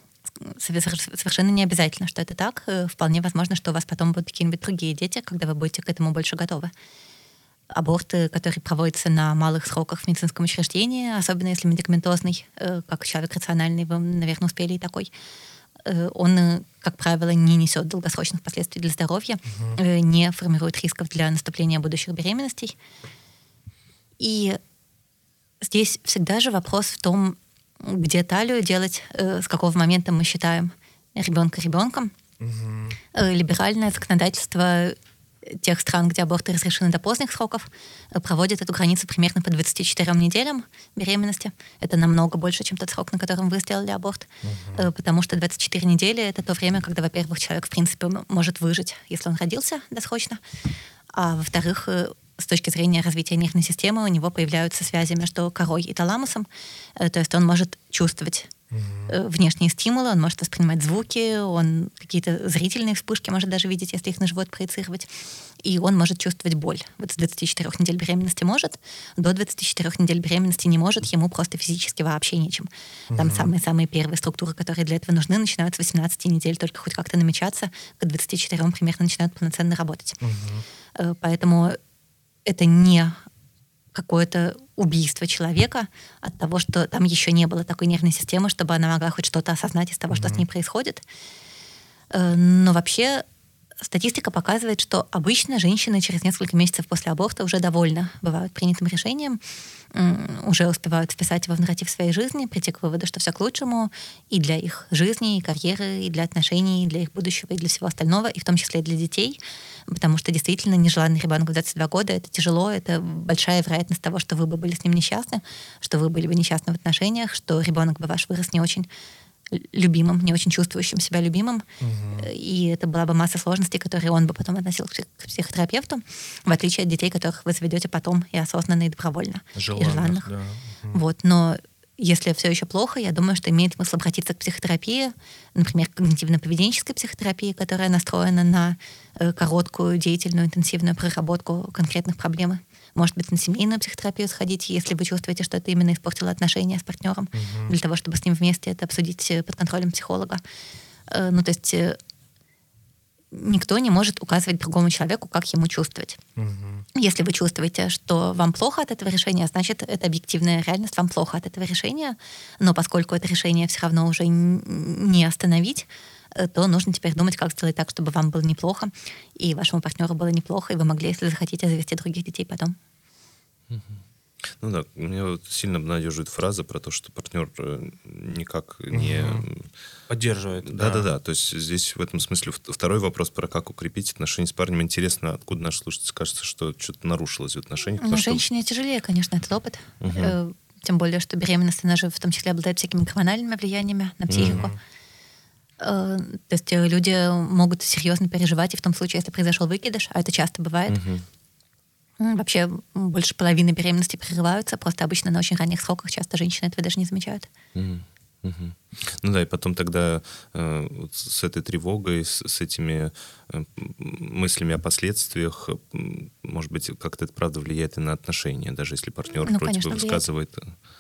Совершенно не обязательно, что это так. Вполне возможно, что у вас потом будут какие-нибудь другие дети, когда вы будете к этому больше готовы. Аборт, который проводится на малых сроках в медицинском учреждении, особенно если медикаментозный, как человек рациональный, вы, наверное, успели и такой, он, как правило, не несет долгосрочных последствий для здоровья, не формирует рисков для наступления будущих беременностей. И здесь всегда же вопрос в том, где талию делать, с какого момента мы считаем ребенка ребенком. Либеральное законодательство тех стран, где аборты разрешены до поздних сроков, проводит эту границу примерно по 24 неделям беременности. Это намного больше, чем тот срок, на котором вы сделали аборт. Потому что 24 недели — это то время, когда, во-первых, человек, в принципе, может выжить, если он родился досрочно, а во-вторых, с точки зрения развития нервной системы у него появляются связи между корой и таламусом, то есть он может чувствовать внешние стимулы, он может воспринимать звуки, он какие-то зрительные вспышки может даже видеть, если их на живот проецировать, и он может чувствовать боль. Вот с 24 недель беременности может, до 24 недель беременности не может, ему просто физически вообще нечем. Там самые-самые первые структуры, которые для этого нужны, начинают с 18 недель только хоть как-то намечаться, к 24 примерно начинают полноценно работать. Поэтому это не какое-то убийство человека от того, что там еще не было такой нервной системы, чтобы она могла хоть что-то осознать из того, что с ней происходит. Но вообще статистика показывает, что обычно женщины через несколько месяцев после аборта уже довольно бывают принятым решением, уже успевают вписать его в нарратив своей жизни, прийти к выводу, что все к лучшему и для их жизни, и карьеры, и для отношений, и для их будущего, и для всего остального, и в том числе и для детей, потому что действительно нежеланный ребенок в 22 года — это тяжело, это большая вероятность того, что вы бы были с ним несчастны, что вы были бы несчастны в отношениях, что ребенок бы ваш вырос не очень любимым, не очень чувствующим себя любимым, и это была бы масса сложностей, которые он бы потом относил к психотерапевту, в отличие от детей, которых вы заведете потом и осознанно, и добровольно, и желанных. Да. Вот, но если все еще плохо, я думаю, что имеет смысл обратиться к психотерапии, например, к когнитивно-поведенческой психотерапии, которая настроена на короткую, деятельную, интенсивную проработку конкретных проблем. Может быть, на семейную психотерапию сходить, если вы чувствуете, что это именно испортило отношения с партнером, для того, чтобы с ним вместе это обсудить под контролем психолога. Ну, то есть никто не может указывать другому человеку, как ему чувствовать. Если вы чувствуете, что вам плохо от этого решения, значит, это объективная реальность, вам плохо от этого решения, но поскольку это решение все равно уже не остановить, то нужно теперь думать, как сделать так, чтобы вам было неплохо, и вашему партнеру было неплохо, и вы могли, если захотите, завести других детей потом. Ну да, меня вот сильно обнадеживает фраза про то, что партнер никак не... Поддерживает. Да. То есть здесь в этом смысле второй вопрос про как укрепить отношения с парнем. Интересно, откуда наш слушатель кажется, что что-то нарушилось в отношениях. Ну, женщине тяжелее, конечно, этот опыт. Тем более, что беременность, она же в том числе обладает всякими гормональными влияниями на психику. То есть люди могут серьезно переживать, и в том случае, если произошел выкидыш, а это часто бывает, вообще больше половины беременности прерываются, просто обычно на очень ранних сроках часто женщины этого даже не замечают. Ну да, и потом тогда вот с этой тревогой, с этими мыслями о последствиях, может быть, как-то это правда влияет и на отношения, даже если партнер вроде бы высказывает.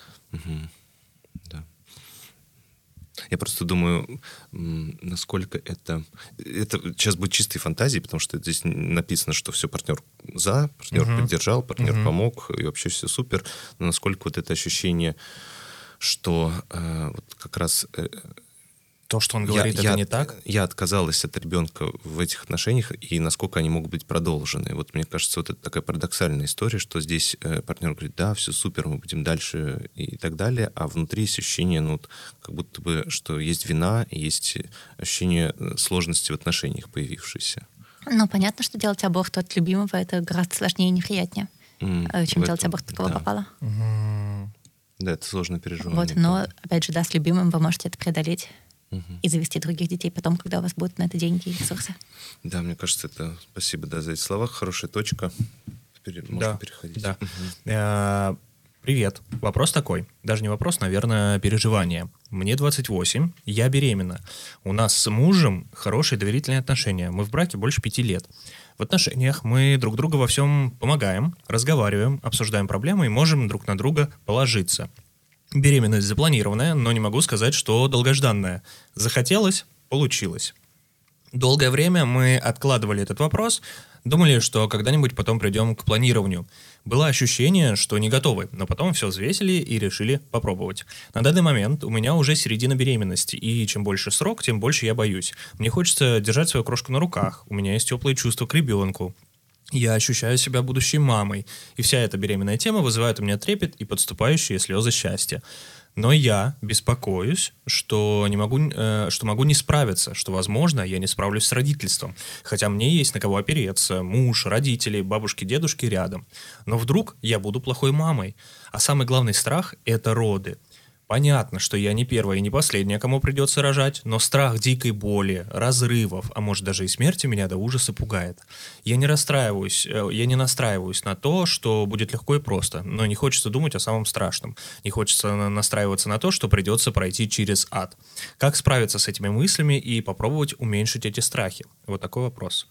Да. Я просто думаю, насколько это сейчас будет чистой фантазией, потому что здесь написано, что все, партнер поддержал, партнер помог, и вообще все супер. Но насколько вот это ощущение, что вот как раз... То, что он говорит, это не так? Я отказалась от ребенка в этих отношениях, и насколько они могут быть продолжены. Вот мне кажется, вот это такая парадоксальная история, что здесь партнер говорит, да, все супер, мы будем дальше и так далее, а внутри есть ощущение, ну, вот, как будто бы, что есть вина, и есть ощущение сложности в отношениях появившейся. Ну, понятно, что делать аборт от любимого — это гораздо сложнее и неприятнее, чем делать аборт от кого попало. Да, это сложное переживание. Вот, но, опять же, да, с любимым вы можете это преодолеть. И завести других детей потом, когда у вас будут на это деньги и ресурсы. Да, мне кажется, это... Спасибо, да, за эти слова. Хорошая точка. Можно переходить. Да. Привет. Вопрос такой. Даже не вопрос, наверное, переживание. Мне 28, я беременна. У нас с мужем хорошие доверительные отношения. Мы в браке больше 5 лет. В отношениях мы друг другу во всем помогаем, разговариваем, обсуждаем проблемы и можем друг на друга положиться. Беременность запланированная, но не могу сказать, что долгожданная. Захотелось — получилось. Долгое время мы откладывали этот вопрос, думали, что когда-нибудь потом придем к планированию. Было ощущение, что не готовы, но потом все взвесили и решили попробовать. На данный момент у меня уже середина беременности, и чем больше срок, тем больше я боюсь. Мне хочется держать свою крошку на руках, у меня есть теплые чувства к ребенку. Я ощущаю себя будущей мамой, и вся эта беременная тема вызывает у меня трепет и подступающие слезы счастья. Но я беспокоюсь, что могу не справиться, что, возможно, я не справлюсь с родительством. Хотя мне есть на кого опереться, муж, родители, бабушки, дедушки рядом. Но вдруг я буду плохой мамой. А самый главный страх – это роды. Понятно, что я не первая и не последняя, кому придется рожать, но страх дикой боли, разрывов, а может даже и смерти меня до ужаса пугает. Я не настраиваюсь на то, что будет легко и просто, но не хочется думать о самом страшном. Не хочется настраиваться на то, что придется пройти через ад. Как справиться с этими мыслями и попробовать уменьшить эти страхи? Вот такой вопрос.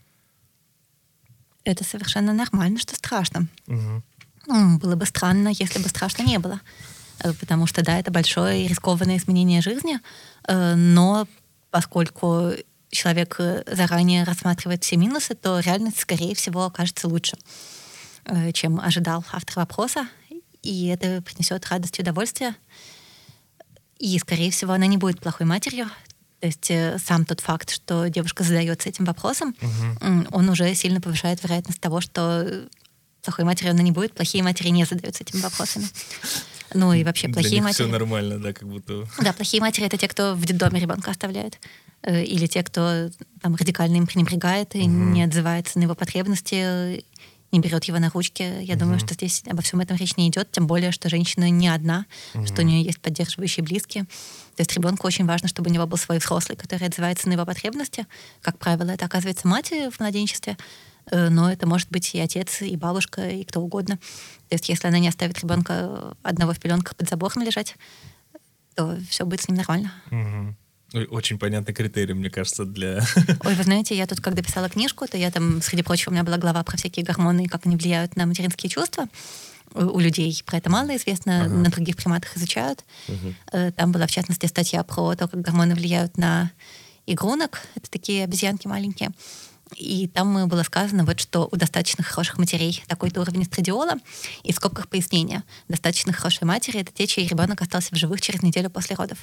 Это совершенно нормально, что страшно. Угу. Было бы странно, если бы страшно не было. Потому что, да, это большое и рискованное изменение жизни, но поскольку человек заранее рассматривает все минусы, то реальность, скорее всего, окажется лучше, чем ожидал автор вопроса, и это принесет радость и удовольствие. И, скорее всего, она не будет плохой матерью. То есть сам тот факт, что девушка задается этим вопросом, он уже сильно повышает вероятность того, что плохой матерью она не будет, плохие матери не задаются этими вопросами. Ну и вообще плохие матери... все нормально, да, как будто... Да, плохие матери — это те, кто в детдоме ребенка оставляет. Или те, кто там радикально им пренебрегает и не отзывается на его потребности, не берет его на ручки. Я думаю, что здесь обо всем этом речь не идет, тем более, что женщина не одна, что у нее есть поддерживающие близкие. То есть ребенку очень важно, чтобы у него был свой взрослый, который отзывается на его потребности. Как правило, это оказывается мать в младенчестве, но это может быть и отец, и бабушка, и кто угодно. То есть если она не оставит ребенка одного в пеленках под забором лежать, то все будет с ним нормально. Очень понятный критерий, мне кажется, для... Ой, вы знаете, я тут, когда писала книжку, то я там, среди прочего, у меня была глава про всякие гормоны и как они влияют на материнские чувства. У людей про это мало известно, на других приматах изучают. Там была, в частности, статья про то, как гормоны влияют на игрунок. Это такие обезьянки маленькие. И там было сказано, вот, что у достаточно хороших матерей такой-то уровень эстрадиола, и в скобках пояснения. Достаточно хорошие матери — это те, чей ребенок остался в живых через неделю после родов.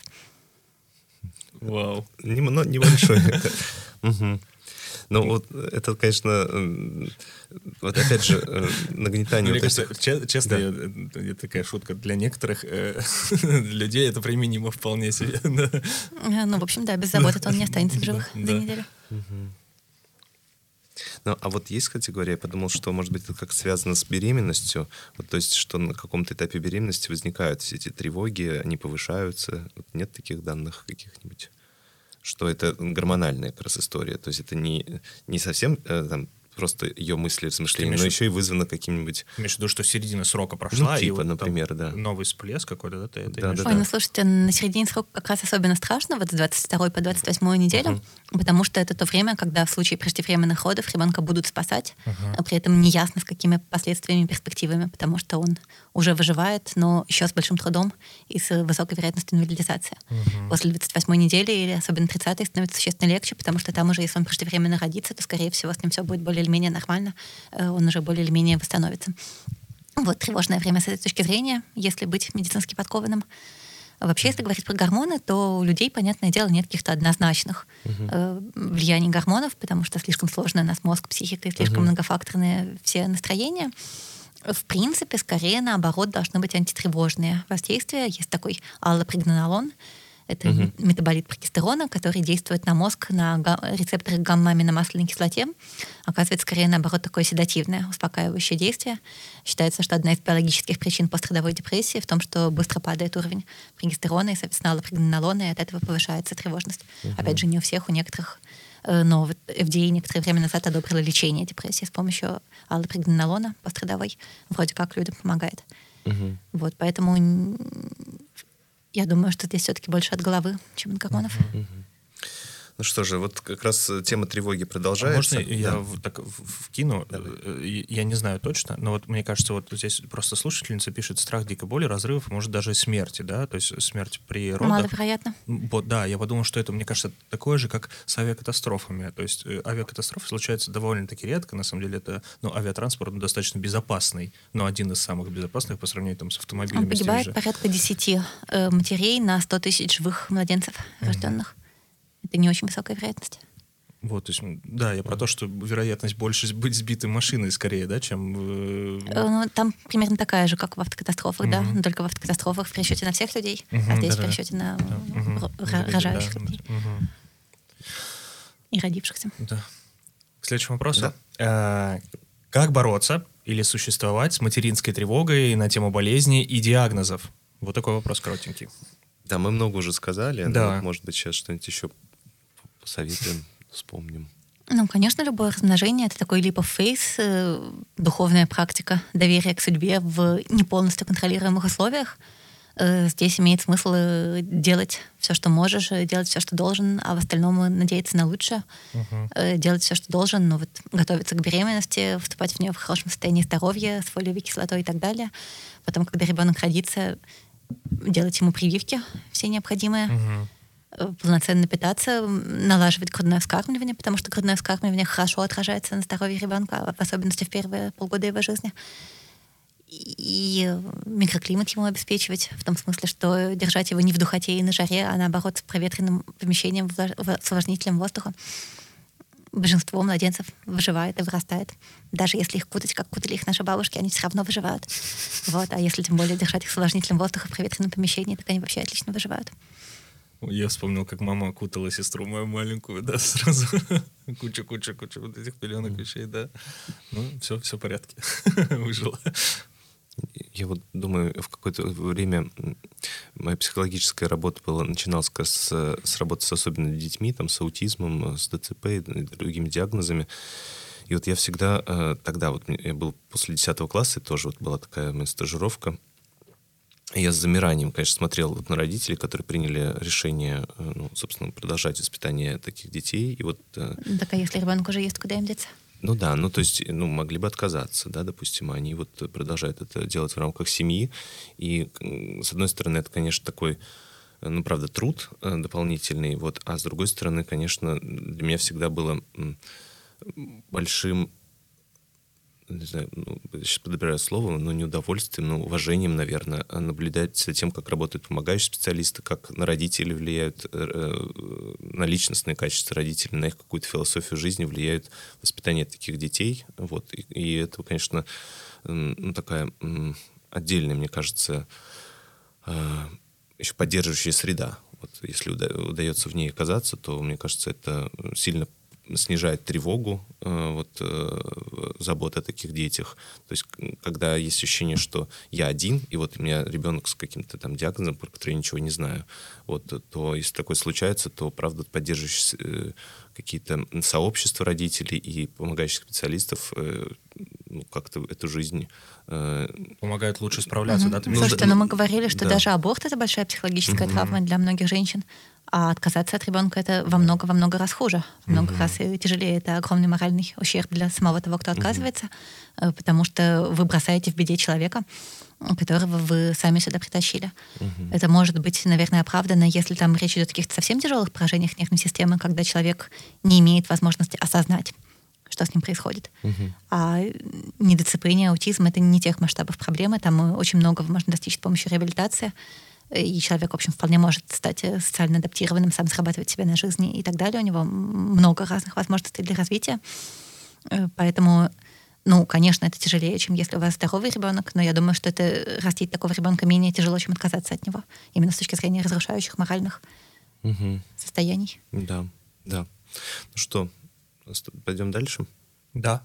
Вау. Небольшой. Ну, вот это, конечно, вот опять же, нагнетание... Мне кажется, честно, это такая шутка. Для некоторых людей это применимо вполне себе. Ну, в общем, да, без заботы он не останется в живых за неделю. Ну, а вот есть категория, я подумал, что, может быть, это как связано с беременностью, вот, то есть, что на каком-то этапе беременности возникают все эти тревоги, они повышаются. Вот нет таких данных каких-нибудь, что это гормональная как раз история, то есть это не совсем там просто ее мысли, размышления, но еще и вызвано каким-нибудь... Имеешь в виду, что середина срока прошла, ну, типа, и вот например, да. новый всплеск какой-то, да? Да. Ой, ну слушайте, на середине срока как раз особенно страшно, вот с 22 по 28 неделю, потому что это то время, когда в случае преждевременных родов ребенка будут спасать, а при этом неясно, с какими последствиями и перспективами, потому что он уже выживает, но еще с большим трудом и с высокой вероятностью инвалидизации. После 28 недели или особенно 30-й становится существенно легче, потому что там уже, если он преждевременно родится, то, скорее всего, с ним все будет более или менее нормально, он уже более или менее восстановится. Вот тревожное время с этой точки зрения, если быть медицински подкованным. Вообще, если говорить про гормоны, то у людей, понятное дело, нет каких-то однозначных влияний гормонов, потому что слишком сложный у нас мозг, психика и слишком многофакторные все настроения. В принципе, скорее, наоборот, должны быть антитревожные воздействия. Есть такой аллопрегнанолон. Это метаболит прогестерона, который действует на мозг, на рецепторы гамма-аминомасляной кислоте. Оказывается, скорее, наоборот, такое седативное, успокаивающее действие. Считается, что одна из биологических причин пострадовой депрессии в том, что быстро падает уровень прогестерона и, соответственно, аллопрегнанолона, и от этого повышается тревожность. Опять же, не у всех, у некоторых. Но вот FDA некоторое время назад одобрило лечение депрессии с помощью аллопрегнанолона пострадовой. Вроде как людям помогает. Вот, поэтому... Я думаю, что здесь все-таки больше от головы, чем от гормонов. Ну что же, вот как раз тема тревоги продолжается. Можно я так вкину? Я не знаю точно, но вот мне кажется, вот здесь просто слушательница пишет страх дикой боли, разрывов, может даже смерти, да? То есть смерть при родах. Маловероятно. Вот, да, я подумал, что это, мне кажется, такое же, как с авиакатастрофами. То есть авиакатастрофы случаются довольно-таки редко. На самом деле это, авиатранспорт достаточно безопасный, но один из самых безопасных по сравнению там, с автомобилями. Погибает порядка 10 матерей на 100 тысяч живых младенцев рожденных. Это не очень высокая вероятность. Вот, то есть, да, я про то, что вероятность больше быть сбитым машиной скорее, да, чем... Ну, там примерно такая же, как в автокатастрофах, да, но только в автокатастрофах в пересчете на всех людей, а здесь в пересчете на рожающих людей и родившихся. Да. К следующему вопросу. Как бороться или существовать с материнской тревогой на тему болезни и диагнозов? Вот такой вопрос коротенький. Да, мы много уже сказали, Да. но, вот, может быть, сейчас что-нибудь еще посоветуем, вспомним. Ну, конечно, любое размножение — это такой leap of faith, духовная практика доверия к судьбе в не полностью контролируемых условиях. Здесь имеет смысл делать все, что можешь, делать все, что должен, а в остальном надеяться на лучшее. Делать все, что должен, но вот готовиться к беременности, вступать в нее в хорошем состоянии здоровья, с фолиевой кислотой и так далее. Потом, когда ребенок родится, делать ему прививки все необходимые, полноценно питаться, налаживать грудное вскармливание, потому что грудное вскармливание хорошо отражается на здоровье ребенка, в особенности в первые полгода его жизни. И микроклимат ему обеспечивать, в том смысле, что держать его не в духоте и на жаре, а наоборот, с проветренным помещением, с увлажнителем воздуха. Большинство младенцев выживает и вырастает. Даже если их кутать, как кутали их наши бабушки, они все равно выживают. Вот. А если тем более держать их с увлажнителем воздуха в проветренном помещении, так они вообще отлично выживают. Я вспомнил, как мама окутала сестру мою маленькую, да, сразу. Куча вот этих пеленок вещей, да. Ну, все в порядке. Выжила. Я вот думаю, в какое-то время моя психологическая работа начиналась с работы с особенно детьми, там, с аутизмом, с ДЦП и другими диагнозами. И вот я всегда тогда, вот я был после 10 класса, тоже вот была такая моя стажировка. И я с замиранием, конечно, смотрел вот на родителей, которые приняли решение, ну, собственно, продолжать воспитание таких детей. И вот, так а если ребенок уже есть, куда им деться? Ну да, ну то есть, ну, могли бы отказаться, да, допустим, а они вот продолжают это делать в рамках семьи. И, с одной стороны, это, конечно, такой, ну, правда, труд дополнительный, вот, а с другой стороны, конечно, для меня всегда было большим, не знаю, ну, сейчас подбираю слово, но не удовольствием, но уважением, наверное, наблюдать за тем, как работают помогающие специалисты, как на родителей влияют, на личностные качества родителей, на их какую-то философию жизни влияют воспитание таких детей. Вот. И это, конечно, ну, такая отдельная, мне кажется, еще поддерживающая среда. Вот если удается в ней оказаться, то, мне кажется, это сильно снижает тревогу, забота о таких детях. То есть, когда есть ощущение, что я один, и вот у меня ребенок с каким-то там диагнозом, про который я ничего не знаю, вот, то если такое случается, то, правда, поддерживающие какие-то сообщества родителей и помогающих специалистов ну, как-то эту жизнь помогают лучше справляться, да? Слушайте, но мы говорили, что да. даже аборт — это большая психологическая травма для многих женщин. А отказаться от ребенка — это во много раз хуже, во много раз и тяжелее. Это огромный моральный ущерб для самого того, кто отказывается, потому что вы бросаете в беде человека, которого вы сами сюда притащили. Это может быть, наверное, оправдано, если там речь идет о каких-то совсем тяжелых поражениях нервной системы, когда человек не имеет возможности осознать, что с ним происходит. А недоцепление, аутизм — это не тех масштабов проблемы, там очень многого можно достичь с помощью реабилитации. И человек, в общем, вполне может стать социально адаптированным, сам зарабатывать себе на жизни и так далее. У него много разных возможностей для развития. Поэтому, ну, конечно, это тяжелее, чем если у вас здоровый ребенок, но я думаю, что это растить такого ребенка менее тяжело, чем отказаться от него. Именно с точки зрения разрушающих моральных состояний. Да. Ну что, пойдем дальше? Да.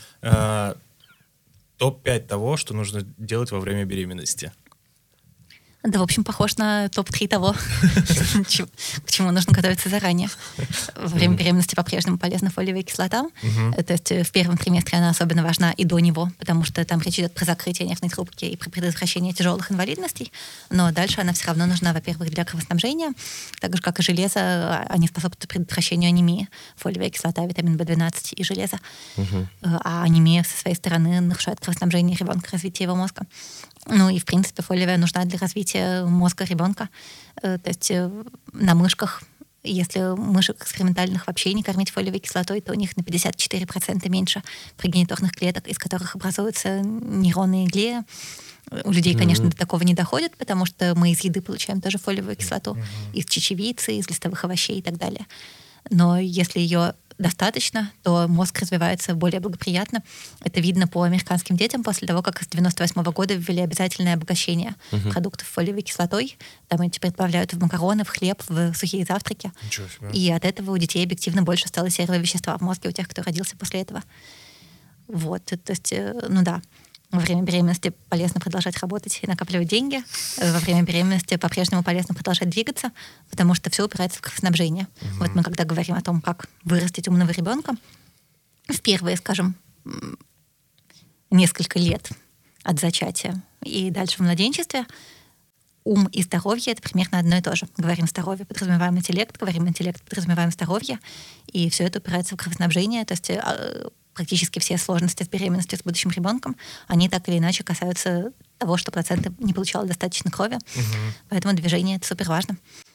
Топ-5 того, что нужно делать во время беременности. Да, в общем, похож на топ-3 того, к чему нужно готовиться заранее. Во время беременности по-прежнему полезна фолиевая кислота. То есть в первом триместре она особенно важна и до него, потому что там речь идет про закрытие нервной трубки и про предотвращение тяжелых инвалидностей. Но дальше она все равно нужна, во-первых, для кровоснабжения, так же, как и железо, они способствуют предотвращению анемии. Фолиевая кислота, витамин В12 и железо. А анемия, со своей стороны, нарушает кровоснабжение ребенка, развитие его мозга. Ну и, в принципе, фолиевая нужна для развития мозга ребенка. То есть на мышках, если мышек экспериментальных вообще не кормить фолиевой кислотой, то у них на 54% меньше прогениторных клеток, из которых образуются нейронные глии. У людей, конечно, до такого не доходит, потому что мы из еды получаем тоже фолиевую кислоту, из чечевицы, из листовых овощей и так далее. Но если ее достаточно, то мозг развивается более благоприятно. Это видно по американским детям после того, как с 98 года ввели обязательное обогащение продуктов фолиевой кислотой. Там эти добавляют в макароны, в хлеб, в сухие завтраки. Ничего себе. И от этого у детей объективно больше стало серого вещества в мозге у тех, кто родился после этого. Вот, то есть, ну да, во время беременности полезно продолжать работать и накапливать деньги. Во время беременности по-прежнему полезно продолжать двигаться, потому что все упирается в кровоснабжение. Вот мы когда говорим о том, как вырастить умного ребенка, в первые, скажем, несколько лет от зачатия и дальше в младенчестве, ум и здоровье — это примерно одно и то же. Говорим здоровье, подразумеваем интеллект, говорим интеллект, подразумеваем здоровье, и все это упирается в кровоснабжение, то есть практически все сложности с беременностью, с будущим ребенком, они так или иначе касаются того, что плацента не получала достаточно крови. Поэтому движение — это супер важно.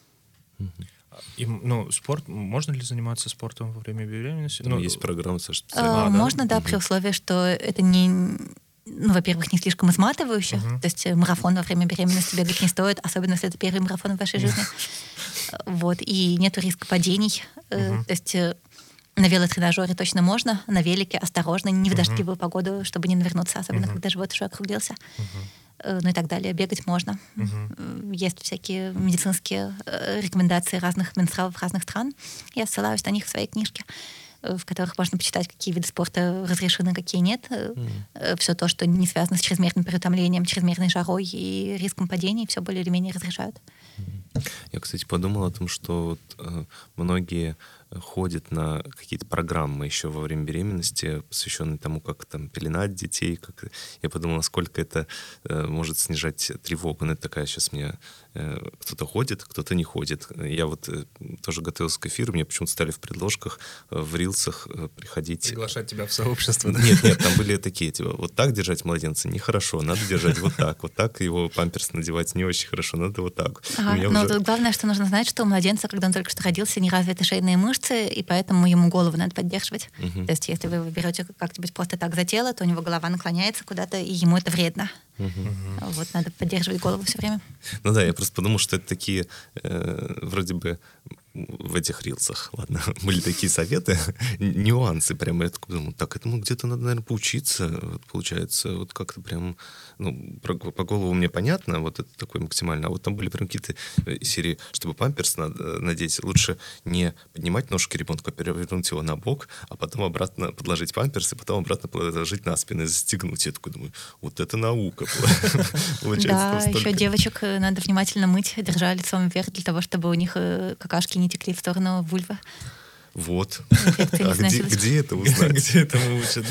Спорт, можно ли заниматься спортом во время беременности? Есть программа со Можно, да, при условии, что это не... во-первых, не слишком изматывающе. То есть марафон во время беременности бегать не стоит, особенно если это первый марафон в вашей жизни. Вот. И нету риска падений. То есть на велотренажере точно можно, на велике осторожно, не в дождливую погоду, чтобы не навернуться, особенно когда живот уже округлился. Ну и так далее. Бегать можно. Есть всякие медицинские рекомендации разных Минздравов разных стран. Я ссылаюсь на них в своей книжке, в которых можно почитать, какие виды спорта разрешены, какие нет. Все то, что не связано с чрезмерным переутомлением, чрезмерной жарой и риском падений, все более или менее разрешают. Я, кстати, подумал о том, что многие ходят на какие-то программы еще во время беременности, посвященные тому, как там пеленать детей. Я подумал, насколько это может снижать тревогу. Но это такая сейчас мне... Кто-то ходит, кто-то не ходит. Я тоже готовился к эфиру, мне почему-то стали в предложках, в рилсах приходить... Приглашать тебя в сообщество, да? Нет, там были такие, вот так держать младенца нехорошо, надо держать вот так его памперс надевать не очень хорошо, надо вот так. Главное, что нужно знать, что у младенца, когда он только что родился, не развиты шейные мышцы, и поэтому ему голову надо поддерживать. То есть если вы берете как-нибудь просто так за тело, то у него голова наклоняется куда-то, и ему это вредно. Вот надо поддерживать голову все время. Ну да, я просто подумал, что это такие вроде бы в этих рилсах, ладно, были такие советы, нюансы прямо. Я такой думал, этому где-то надо, наверное, поучиться. Получается, как-то прям, по голову мне понятно, вот это такое максимально, а вот там были прям какие-то серии, чтобы памперс надеть, лучше не поднимать ножки ребенка, а перевернуть его на бок, а потом обратно подложить памперс, и потом обратно положить на спину и застегнуть. Я такой думаю, вот это наука Да, еще девочек надо внимательно мыть, держа лицом вверх, для того, чтобы у них какашки не текли в сторону вульвы. Вот. А где это узнать? Где этому учат?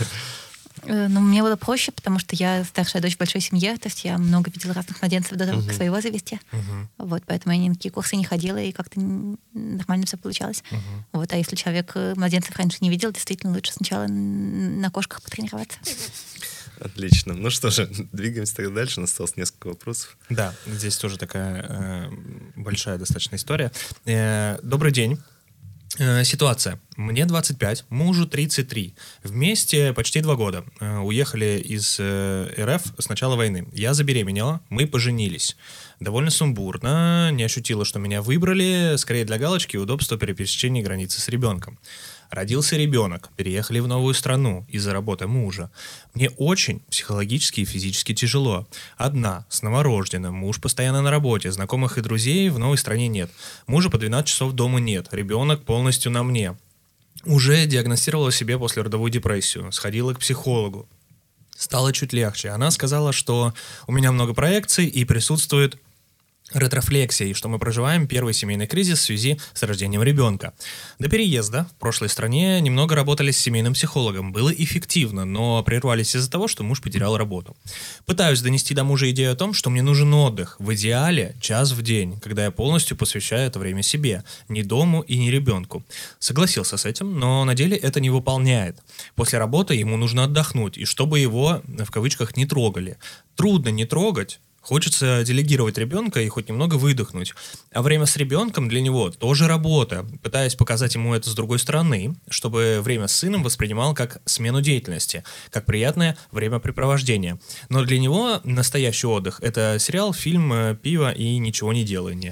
Мне было проще, потому что я старшая дочь в большой семье, то есть я много видела разных младенцев до того, как своего завести. Вот, поэтому я ни на какие курсы не ходила, и как-то нормально все получалось. Вот, а если человек младенцев раньше не видел, действительно лучше сначала на кошках потренироваться. Отлично. Ну что же, двигаемся тогда дальше. У нас осталось несколько вопросов. Да, здесь тоже такая большая достаточно история. Добрый день. Ситуация. Мне 25, мужу 33. Вместе почти 2 года. Уехали из РФ с начала войны. Я забеременела, мы поженились. Довольно сумбурно, не ощутила, что меня выбрали, скорее для галочки и удобства при пересечении границы с ребенком. Родился ребенок, переехали в новую страну из-за работы мужа. Мне очень психологически и физически тяжело. Одна, с новорожденным, муж постоянно на работе, знакомых и друзей в новой стране нет. Мужа по 12 часов дома нет, ребенок полностью на мне. Уже диагностировала себе послеродовую депрессию, сходила к психологу. Стало чуть легче. Она сказала, что у меня много проекций и присутствует ретрофлексия, и что мы проживаем первый семейный кризис в связи с рождением ребенка. До переезда в прошлой стране немного работали с семейным психологом. Было эффективно, но прервались из-за того, что муж потерял работу. Пытаюсь донести до мужа идею о том, что мне нужен отдых. В идеале час в день, когда я полностью посвящаю это время себе, ни дому и ни ребенку. Согласился с этим, но на деле это не выполняет. После работы ему нужно отдохнуть, и чтобы его, в кавычках, не трогали. Трудно не трогать. Хочется делегировать ребенка и хоть немного выдохнуть. А время с ребенком для него тоже работа. Пытаюсь показать ему это с другой стороны, чтобы время с сыном воспринимал как смену деятельности, как приятное времяпрепровождение. Но для него настоящий отдых — это сериал, фильм, пиво и ничего не делание.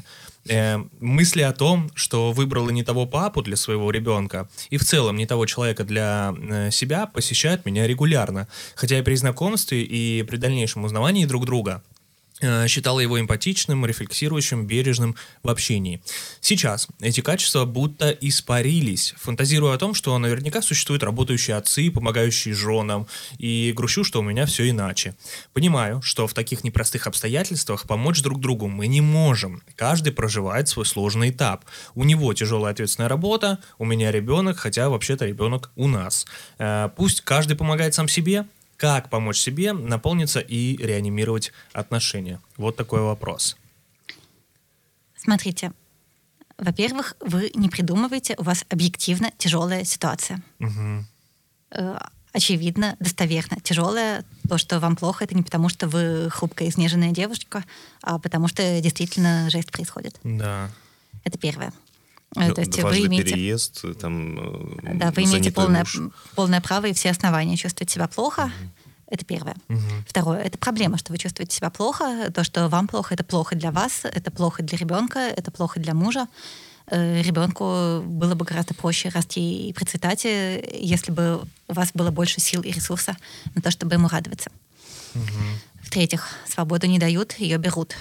мысли о том, что выбрала не того папу для своего ребенка и в целом не того человека для себя, посещают меня регулярно. Хотя и при знакомстве, и при дальнейшем узнавании друг друга считала его эмпатичным, рефлексирующим, бережным в общении. Сейчас эти качества будто испарились. Фантазирую о том, что наверняка существуют работающие отцы, помогающие женам, и грущу, что у меня все иначе. Понимаю, что в таких непростых обстоятельствах помочь друг другу мы не можем. Каждый проживает свой сложный этап. У него тяжелая ответственная работа, у меня ребенок, хотя вообще-то ребенок у нас. Пусть каждый помогает сам себе. Как помочь себе наполниться и реанимировать отношения? Вот такой вопрос. Смотрите, во-первых, вы не придумываете, у вас объективно тяжелая ситуация. Очевидно, достоверно. Тяжелая, то, что вам плохо, это не потому, что вы хрупкая, изнеженная девушка, а потому что действительно жесть происходит. Да. Это первое. Ну, то есть дважды вы имеете... переезд, там, Да, вы имеете занятый полное право и все основания чувствовать себя плохо. Это первое. Второе, это проблема, что вы чувствуете себя плохо. То, что вам плохо, это плохо для вас, это плохо для ребенка, это плохо для мужа. Ребенку было бы гораздо проще расти и процветать, если бы у вас было больше сил и ресурса на то, чтобы ему радоваться. В-третьих, свободу не дают, ее берут.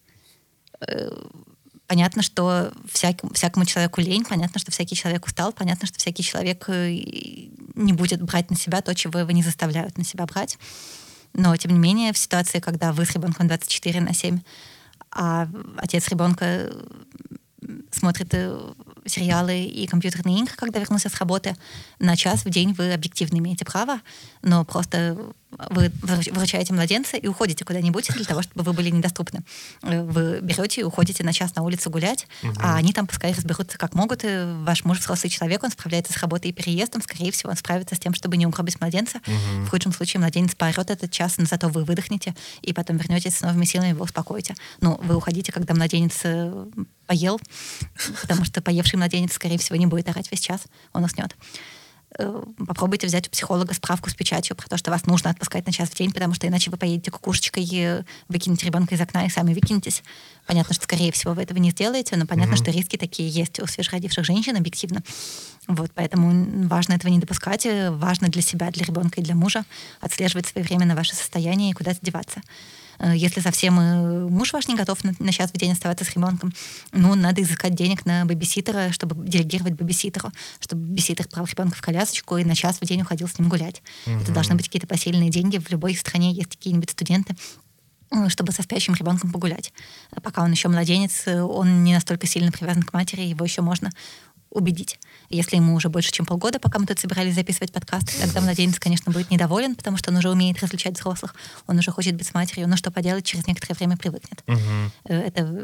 Понятно, что всякому человеку лень, понятно, что всякий человек устал, понятно, что всякий человек не будет брать на себя то, чего его не заставляют на себя брать. Но, тем не менее, в ситуации, когда вы с ребенком 24/7, а отец ребенка смотрит сериалы и компьютерные игры, когда вернулся с работы, на час в день вы объективно имеете право, но просто вы выручаете младенца и уходите куда-нибудь для того, чтобы вы были недоступны. Вы берете и уходите на час на улицу гулять, а они там пускай разберутся как могут. Ваш муж взрослый человек, он справляется с работой и переездом, скорее всего, он справится с тем, чтобы не угробить младенца. В худшем случае младенец поорет этот час, но зато вы выдохнете и потом вернетесь с новыми силами, его успокоите. Ну, вы уходите, когда младенец поел, потому что поевший младенец, скорее всего, не будет орать весь час, он уснет. Попробуйте взять у психолога справку с печатью про то, что вас нужно отпускать на час в день, потому что иначе вы поедете кукушечкой, выкинете ребенка из окна и сами выкинетесь. Понятно, что, скорее всего, вы этого не сделаете, но понятно, что риски такие есть у свежеродивших женщин объективно. Вот, поэтому важно этого не допускать, важно для себя, для ребенка и для мужа отслеживать своевременно ваше состояние и куда-то деваться. Если совсем муж ваш не готов на час в день оставаться с ребенком, ну, надо изыскать денег на бэбиситера, чтобы делегировать бэбиситеру, чтобы бэбиситер брал ребенка в колясочку и на час в день уходил с ним гулять. Это должны быть какие-то посильные деньги. В любой стране есть какие-нибудь студенты, чтобы со спящим ребенком погулять. Пока он еще младенец, он не настолько сильно привязан к матери, его еще можно убедить. Если ему уже больше, чем полгода, пока мы тут собирались записывать подкаст, тогда младенец, конечно, будет недоволен, потому что он уже умеет различать взрослых, он уже хочет быть с матерью, но что поделать, через некоторое время привыкнет. Это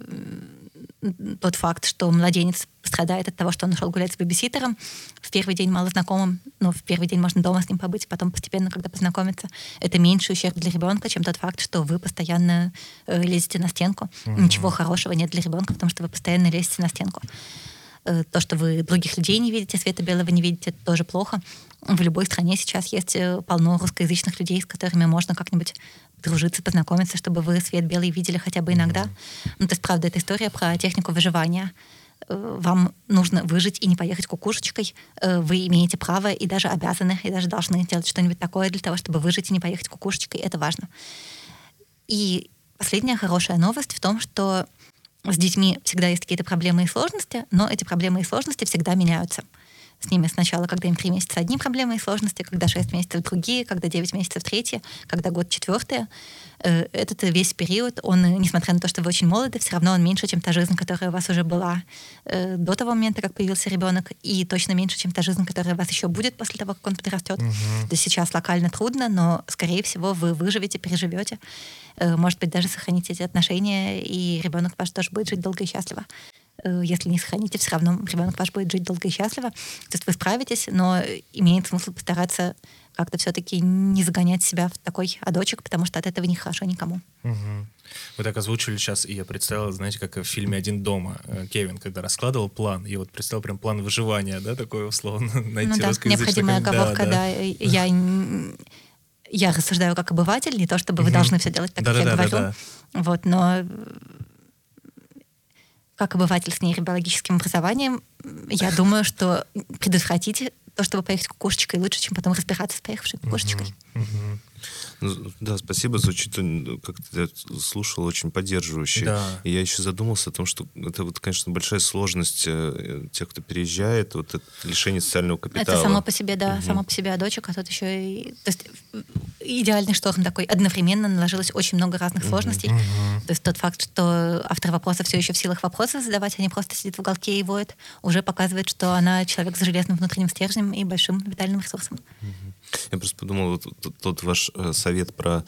тот факт, что младенец страдает от того, что он ушел гулять с бэбиситером, в первый день мало знакомым, но в первый день можно дома с ним побыть, потом постепенно, когда познакомиться, это меньше ущерб для ребенка, чем тот факт, что вы постоянно лезете на стенку. Ничего хорошего нет для ребенка, потому что вы постоянно лезете на стенку. То, что вы других людей не видите, света белого не видите, это тоже плохо. В любой стране сейчас есть полно русскоязычных людей, с которыми можно как-нибудь дружиться, познакомиться, чтобы вы свет белый видели хотя бы иногда. Ну, то есть, правда, это история про технику выживания. Вам нужно выжить и не поехать кукушечкой. Вы имеете право и даже обязаны, и даже должны делать что-нибудь такое для того, чтобы выжить и не поехать кукушечкой. Это важно. И последняя хорошая новость в том, что с детьми всегда есть какие-то проблемы и сложности, но эти проблемы и сложности всегда меняются. С ними сначала, когда им 3 месяца одни проблемы и сложности, когда 6 месяцев другие, когда 9 месяцев третьи, когда год четвертые. Этот весь период, он, несмотря на то, что вы очень молоды, все равно он меньше, чем та жизнь, которая у вас уже была до того момента, как появился ребенок, и точно меньше, чем та жизнь, которая у вас еще будет после того, как он подрастет. То есть сейчас локально трудно, но, скорее всего, вы выживете, переживете. Может быть, даже сохраните эти отношения, и ребенок ваш тоже будет жить долго и счастливо. Если не сохраните, все равно ребенок ваш будет жить долго и счастливо. То есть вы справитесь, но имеет смысл постараться как-то все-таки не загонять себя в такой адочек, потому что от этого не хорошо никому. Вы так озвучили сейчас, и я представил, знаете, как в фильме «Один дома» Кевин, когда раскладывал план, я вот представил прям план выживания, да, такой условно, найти ну да, необходимая оговорка, да. Я рассуждаю как обыватель, не то чтобы вы должны все делать так, как я говорю. Вот, но как обыватель с нейробиологическим образованием, я думаю, что предотвратить то, чтобы поехать кукушечкой, лучше, чем потом разбираться с поехавшей кукушечкой. Ну, да, спасибо, звучит, как ты слушал, очень поддерживающе. Да. И я еще задумался о том, что это, вот, конечно, большая сложность тех, кто переезжает, вот это лишение социального капитала. Это само по себе, да, само по себе одочек, а тут еще и... То есть идеальный шторм такой. Одновременно наложилось очень много разных сложностей. То есть тот факт, что автор вопроса все еще в силах вопросы задавать, а не просто сидит в уголке и воет, уже показывает, что она человек с железным внутренним стержнем и большим витальным ресурсом. Я просто подумал, вот тот ваш совет про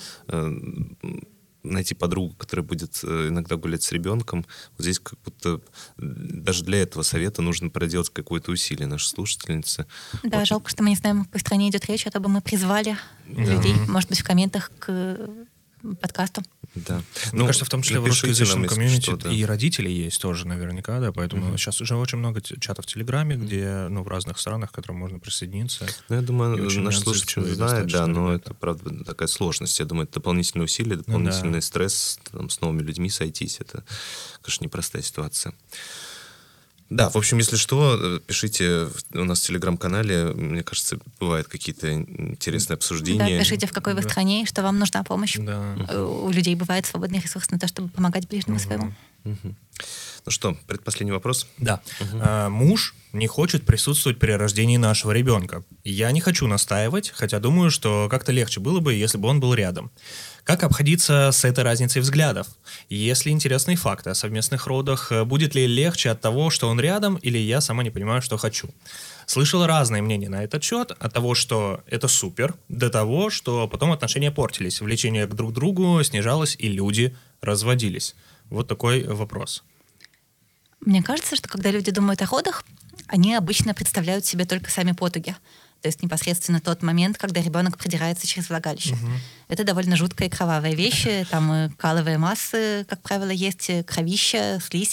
найти подругу, которая будет иногда гулять с ребенком, вот здесь как будто даже для этого совета нужно проделать какое-то усилие нашей слушательницы. Да, Вот. жалко, что мы не знаем, в какой стране идет речь, а то бы мы призвали людей, может быть, в комментах к подкасту. Да. Мне кажется, в том числе в напишите русскоязычном нам, если комьюнити что, да. и родители есть тоже наверняка, да, поэтому сейчас уже очень много чатов в Телеграме, где, в разных странах, к которым можно присоединиться. Ну, я И думаю, очень наши слушатели отзывчивые знают, да, достаточно но ребята. это, правда, такая сложность. Я думаю, это дополнительные усилия, дополнительный стресс, там, с новыми людьми сойтись. Это, конечно, непростая ситуация. Да, в общем, если что, пишите у нас в Телеграм-канале. Мне кажется, бывают какие-то интересные обсуждения. Да, пишите, в какой вы стране, и что вам нужна помощь. Да. У людей бывает свободный ресурс на то, чтобы помогать ближнему своему. Мгм. Ну что, предпоследний вопрос. Да. Муж не хочет присутствовать при рождении нашего ребенка. Я не хочу настаивать, хотя думаю, что как-то легче было бы, если бы он был рядом. Как обходиться с этой разницей взглядов? Есть ли интересные факты о совместных родах? Будет ли легче от того, что он рядом, или я сама не понимаю, что хочу? Слышала разные мнения на этот счет, от того, что это супер, до того, что потом отношения портились, влечение к друг другу снижалось, и люди разводились. Вот такой вопрос. Мне кажется, что когда люди думают о родах, они обычно представляют себе только сами потуги. То есть непосредственно тот момент, когда ребенок продирается через влагалище. Это довольно жуткая и кровавая вещь. Там каловые массы, как правило, есть, кровища, слизь.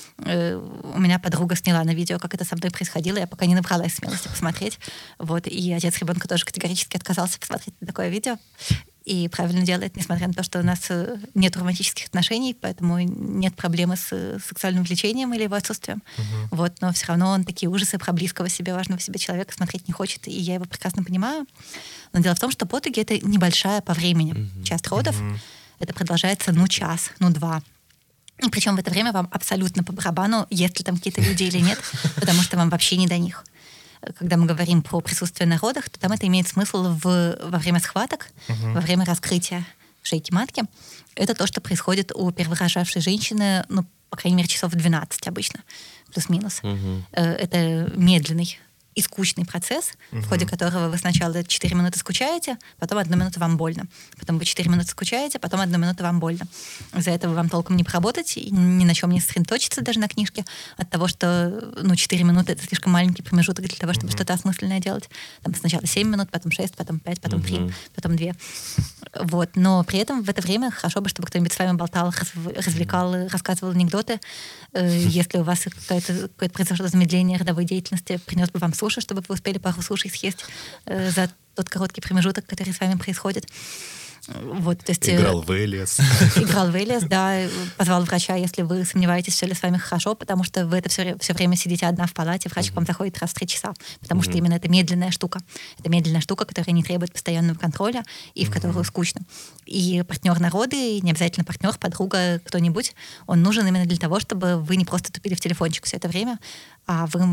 У меня подруга сняла на видео, как это со мной происходило. Я пока не набралась смелости посмотреть. Вот. И отец ребенка тоже категорически отказался посмотреть на такое видео. И правильно делает, несмотря на то, что у нас нет романтических отношений, поэтому нет проблемы с сексуальным влечением или его отсутствием. Вот, но все равно он такие ужасы про близкого себе, важного себе человека смотреть не хочет, и я его прекрасно понимаю. Но дело в том, что потуги — это небольшая по времени часть родов. Это продолжается, час, 2. И причем в это время вам абсолютно по барабану, есть ли там какие-то люди или нет, потому что вам вообще не до них. Когда мы говорим про присутствие на родах, то там это имеет смысл во время схваток, во время раскрытия шейки матки. Это то, что происходит у перворожавшей женщины, по крайней мере, часов 12 обычно, плюс-минус. Это медленный и скучный процесс, в ходе которого вы сначала 4 минуты скучаете, потом 1 минуту вам больно. Потом вы 4 минуты скучаете, потом 1 минуту вам больно. Из-за этого вам толком не поработать, и ни на чем не сосредоточиться даже на книжке, от того, что 4 минуты — это слишком маленький промежуток для того, чтобы что-то осмысленное делать. Там сначала 7 минут, потом 6, потом 5, потом 3, потом 2. Вот. Но при этом в это время хорошо бы, чтобы кто-нибудь с вами болтал, развлекал, рассказывал анекдоты. Если у вас какое-то произошло замедление родовой деятельности, принес бы вам суши, чтобы вы успели пару суши съесть за тот короткий промежуток, который с вами происходит. Вот, то есть, Играл в Элиас. Играл в Элиас, да. Позвал врача, если вы сомневаетесь, все ли с вами хорошо, потому что вы это все время сидите одна в палате, врач к вам заходит раз в 3 часа, потому что именно это медленная штука. Это медленная штука, которая не требует постоянного контроля и в которую скучно. И партнер народы, не обязательно партнер, подруга, кто-нибудь, он нужен именно для того, чтобы вы не просто тупили в телефончик все это время, а вы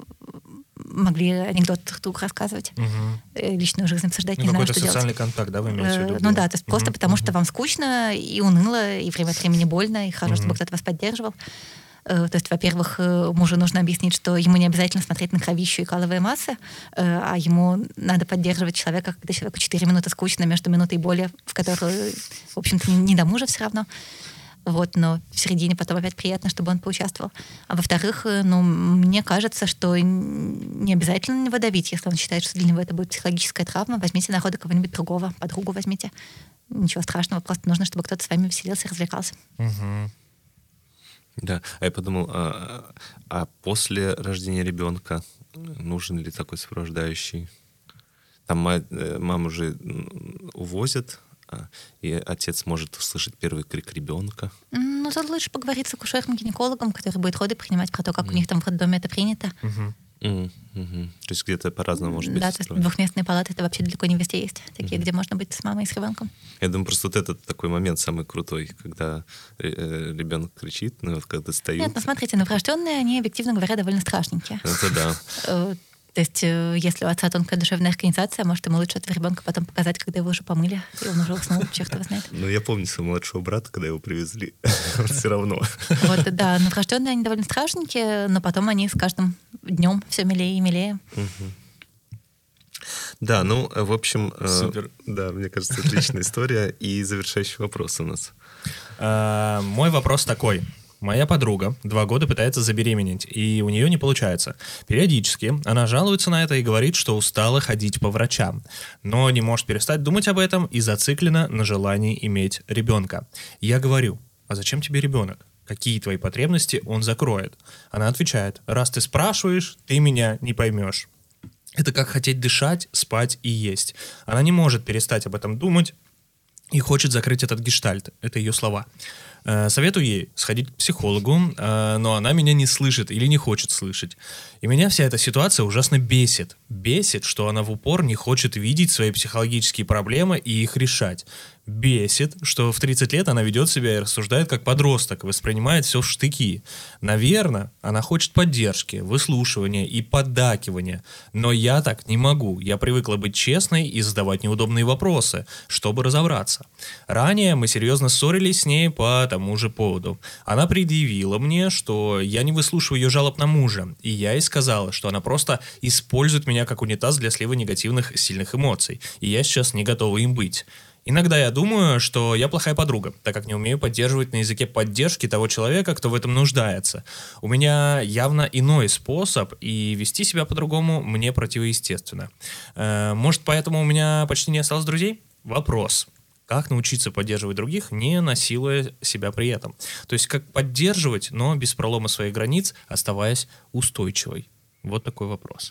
могли анекдоты друг другу рассказывать, личную жизнь обсуждать, не знаю, что какой-то делать. социальный контакт, да, вы имеете в виду? Ну да, то есть просто потому, что вам скучно и уныло, и время от времени больно, и хорошо, чтобы кто-то вас поддерживал. То есть, во-первых, мужу нужно объяснить, что ему не обязательно смотреть на кровищу и каловые массы, а ему надо поддерживать человека, когда человеку 4 минуты скучно между минутой боли, в которую, в общем-то, не до мужа все равно. Вот, но в середине потом опять приятно, чтобы он поучаствовал. А во-вторых, мне кажется, что не обязательно его давить, если он считает, что для него это будет психологическая травма. Возьмите на роды кого-нибудь другого, подругу возьмите. Ничего страшного, просто нужно, чтобы кто-то с вами веселился, развлекался. Да, а я подумал, а после рождения ребенка нужен ли такой сопровождающий? Там маму уже увозят, и отец может услышать первый крик ребенка. Ну, тут лучше поговорить с акушером-гинекологом, который будет ходы принимать про то, как у них там в роддоме это принято. То есть где-то по-разному может быть. Да, то есть двухместные палаты это вообще далеко не везде есть. Такие, где можно быть с мамой и с ребенком. Я думаю, просто вот этот такой момент самый крутой, когда ребенок кричит, ну вот когда стоит. Нет, ну смотрите, новорожденные, они, объективно говоря, довольно страшненькие. Это да. То есть, если у отца тонкая душевная организация, может, ему лучше этого ребенка потом показать, когда его уже помыли, и он уже уснул, черт его знает. Ну, я помню своего младшего брата, когда его привезли, все равно. Вот, да, новорожденные, они довольно страшненькие, но потом они с каждым днем все милее и милее. Да, ну, в общем, Супер. Да, мне кажется, отличная история. И завершающий вопрос у нас. Мой вопрос такой. Моя подруга 2 года пытается забеременеть, и у нее не получается. Периодически она жалуется на это и говорит, что устала ходить по врачам, но не может перестать думать об этом и зациклена на желании иметь ребенка. Я говорю, а зачем тебе ребенок? Какие твои потребности он закроет? Она отвечает, раз ты спрашиваешь, ты меня не поймешь. Это как хотеть дышать, спать и есть. Она не может перестать об этом думать и хочет закрыть этот гештальт. Это ее слова. Советую ей сходить к психологу, но она меня не слышит или не хочет слышать. И меня вся эта ситуация ужасно бесит. Бесит, что она в упор не хочет видеть свои психологические проблемы и их решать. Бесит, что в 30 лет она ведет себя и рассуждает как подросток, воспринимает все в штыки. Наверное, она хочет поддержки, выслушивания и поддакивания. Но я так не могу. Я привыкла быть честной и задавать неудобные вопросы, чтобы разобраться. Ранее мы серьезно ссорились с ней по тому же поводу. Она предъявила мне, что я не выслушиваю ее жалоб на мужа, и я ей сказала, что она просто использует меня как унитаз для слива негативных сильных эмоций, и я сейчас не готова им быть. Иногда я думаю, что я плохая подруга, так как не умею поддерживать на языке поддержки того человека, кто в этом нуждается. У меня явно иной способ, и вести себя по-другому мне противоестественно. Может, поэтому у меня почти не осталось друзей? Вопрос. Как научиться поддерживать других, не насилуя себя при этом? То есть как поддерживать, но без пролома своих границ, оставаясь устойчивой? Вот такой вопрос.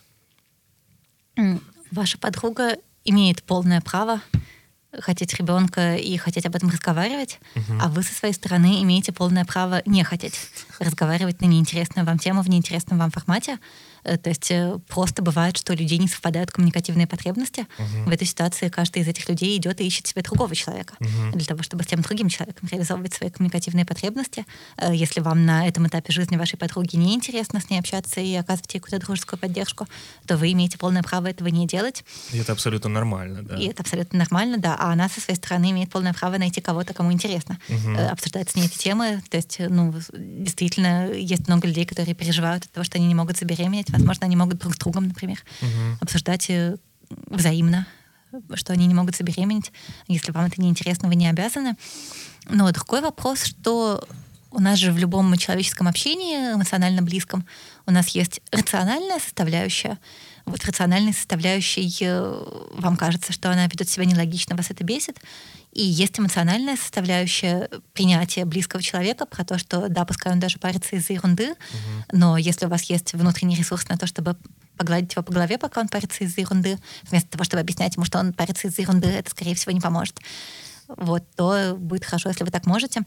Ваша подруга имеет полное право хотеть ребенка и хотеть об этом разговаривать, а вы со своей стороны имеете полное право не хотеть разговаривать на неинтересную вам тему в неинтересном вам формате. То есть просто бывает, что у людей не совпадают коммуникативные потребности. В этой ситуации каждый из этих людей идет и ищет себе другого человека для того, чтобы с тем другим человеком реализовывать свои коммуникативные потребности. Если вам на этом этапе жизни вашей подруги неинтересно с ней общаться и оказывать ей какую-то дружескую поддержку, то вы имеете полное право этого не делать. И это абсолютно нормально, да. И это абсолютно нормально, да. А она со своей стороны имеет полное право найти кого-то, кому интересно обсуждать с ней эти темы. То есть, действительно, есть много людей, которые переживают от того, что они не могут забеременеть. Возможно, они могут друг с другом, например, обсуждать взаимно, что они не могут забеременеть. Если вам это неинтересно, вы не обязаны. Но другой вопрос, что у нас же в любом человеческом общении, эмоционально близком, у нас есть рациональная составляющая. Вот в рациональной составляющей вам кажется, что она ведет себя нелогично, вас это бесит. И есть эмоциональная составляющая принятия близкого человека про то, что да, пускай он даже парится из-за ерунды, но если у вас есть внутренний ресурс на то, чтобы погладить его по голове, пока он парится из-за ерунды, вместо того, чтобы объяснять ему, что он парится из-за ерунды, это, скорее всего, не поможет. Вот, то будет хорошо, если вы так можете.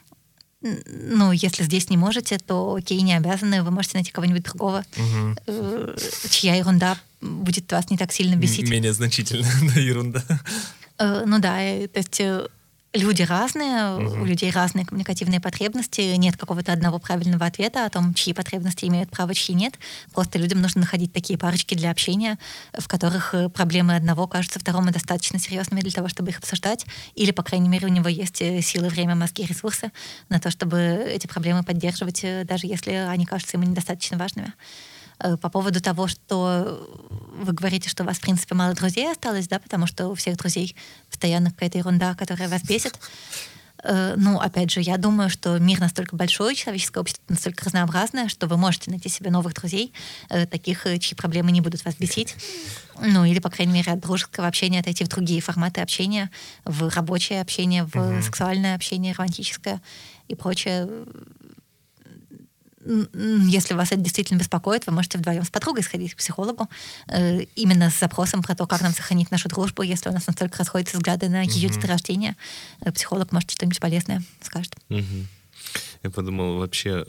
Ну, если здесь не можете, то окей, не обязаны, вы можете найти кого-нибудь другого, чья ерунда будет вас не так сильно бесить. Менее значительная, да, ерунда. Ну да, то есть люди разные, у людей разные коммуникативные потребности, нет какого-то одного правильного ответа о том, чьи потребности имеют право, чьи нет. Просто людям нужно находить такие парочки для общения, в которых проблемы одного кажутся второму достаточно серьезными для того, чтобы их обсуждать, или, по крайней мере, у него есть силы, время, мозги, ресурсы на то, чтобы эти проблемы поддерживать, даже если они кажутся ему недостаточно важными. По поводу того, что вы говорите, что у вас, в принципе, мало друзей осталось, да, потому что у всех друзей постоянно какая-то ерунда, которая вас бесит. Ну, опять же, я думаю, что мир настолько большой, человеческое общество настолько разнообразное, что вы можете найти себе новых друзей, таких, чьи проблемы не будут вас бесить. Ну, или, по крайней мере, от дружеского общения отойти в другие форматы общения, в рабочее общение, в сексуальное общение, романтическое и прочее. Если вас это действительно беспокоит, вы можете вдвоем с подругой сходить к психологу именно с запросом про то, как нам сохранить нашу дружбу, если у нас настолько расходятся взгляды на ее деторождение. Психолог, может, что-нибудь полезное скажет. Я подумал вообще,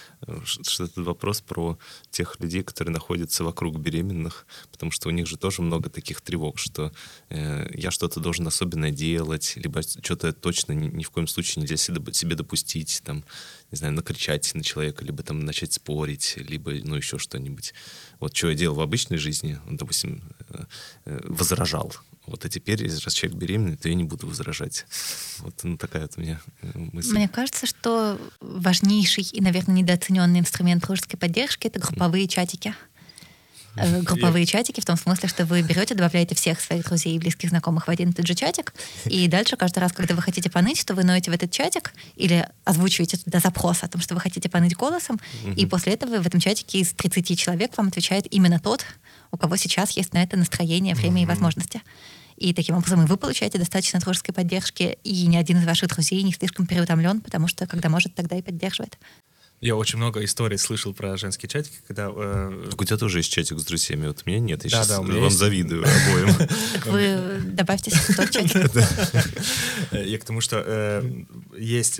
что этот вопрос про тех людей, которые находятся вокруг беременных, потому что у них же тоже много таких тревог, что я что-то должен особенное делать, либо что-то точно ни в коем случае нельзя себе допустить, там, не знаю, накричать на человека, либо там начать спорить, либо, ну, еще что-нибудь. Вот что я делал в обычной жизни, допустим, возражал. Вот, а теперь, раз человек беременный, то я не буду возражать. Вот такая вот у меня мысль. Мне кажется, что важнейший и, наверное, недооцененный инструмент дружеской поддержки — это групповые чатики. Групповые чатики в том смысле, что вы берете, добавляете всех своих друзей и близких знакомых в один и тот же чатик, и дальше каждый раз, когда вы хотите поныть, то вы ноете в этот чатик или озвучиваете туда запрос о том, что вы хотите поныть голосом, и после этого в этом чатике из 30 человек вам отвечает именно тот, у кого сейчас есть на это настроение, время и возможности. И таким образом и вы получаете достаточно дружеской поддержки, и ни один из ваших друзей не слишком переутомлен, потому что когда может, тогда и поддерживает. Я очень много историй слышал про женские чатики, когда... Так у тебя тоже есть чатик с друзьями, вот у меня нет, я сейчас у меня вам есть. завидую обоим. Так вы добавьтесь в тот чатик. Я к тому, что есть...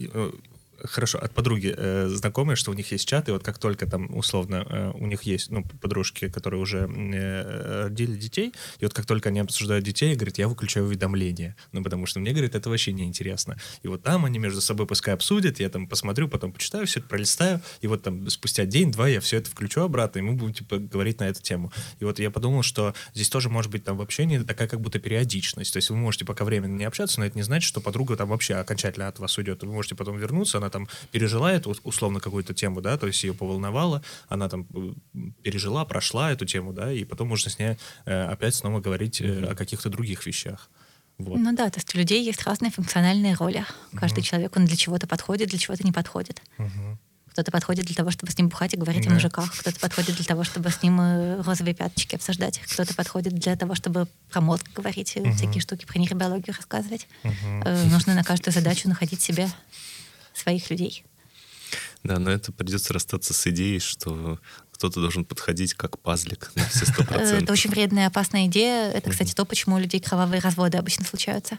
Хорошо, от подруги знакомые, что у них есть чат, и вот как только там, условно, у них есть, ну, подружки, которые уже родили детей, и вот как только они обсуждают детей, говорят, я выключаю уведомления, ну, потому что мне, говорит, это вообще неинтересно. И вот там они между собой пускай обсудят, я там посмотрю, потом почитаю, все это пролистаю, и вот там спустя день-два я все это включу обратно, и мы будем, типа, говорить на эту тему. И вот я подумал, что здесь тоже может быть там в общении такая как будто периодичность, то есть вы можете пока временно не общаться, но это не значит, что подруга там вообще окончательно от вас уйдет. Вы можете потом вернуться, она там пережила эту, условно, какую-то тему, да, то есть ее поволновало, она там пережила, прошла эту тему, да, и потом можно с ней опять снова говорить о каких-то других вещах. Вот. Ну да, то есть у людей есть разные функциональные роли. Каждый человек, он для чего-то подходит, для чего-то не подходит. Кто-то подходит для того, чтобы с ним бухать и говорить о мужиках, кто-то подходит для того, чтобы с ним розовые пяточки обсуждать, кто-то подходит для того, чтобы про мозг говорить, всякие штуки, про нейробиологию рассказывать. Нужно на каждую задачу находить себе своих людей. Да, но это придется расстаться с идеей, что кто-то должен подходить как пазлик на все 100%. Это очень вредная, опасная идея. Это, кстати, то, почему у людей кровавые разводы обычно случаются.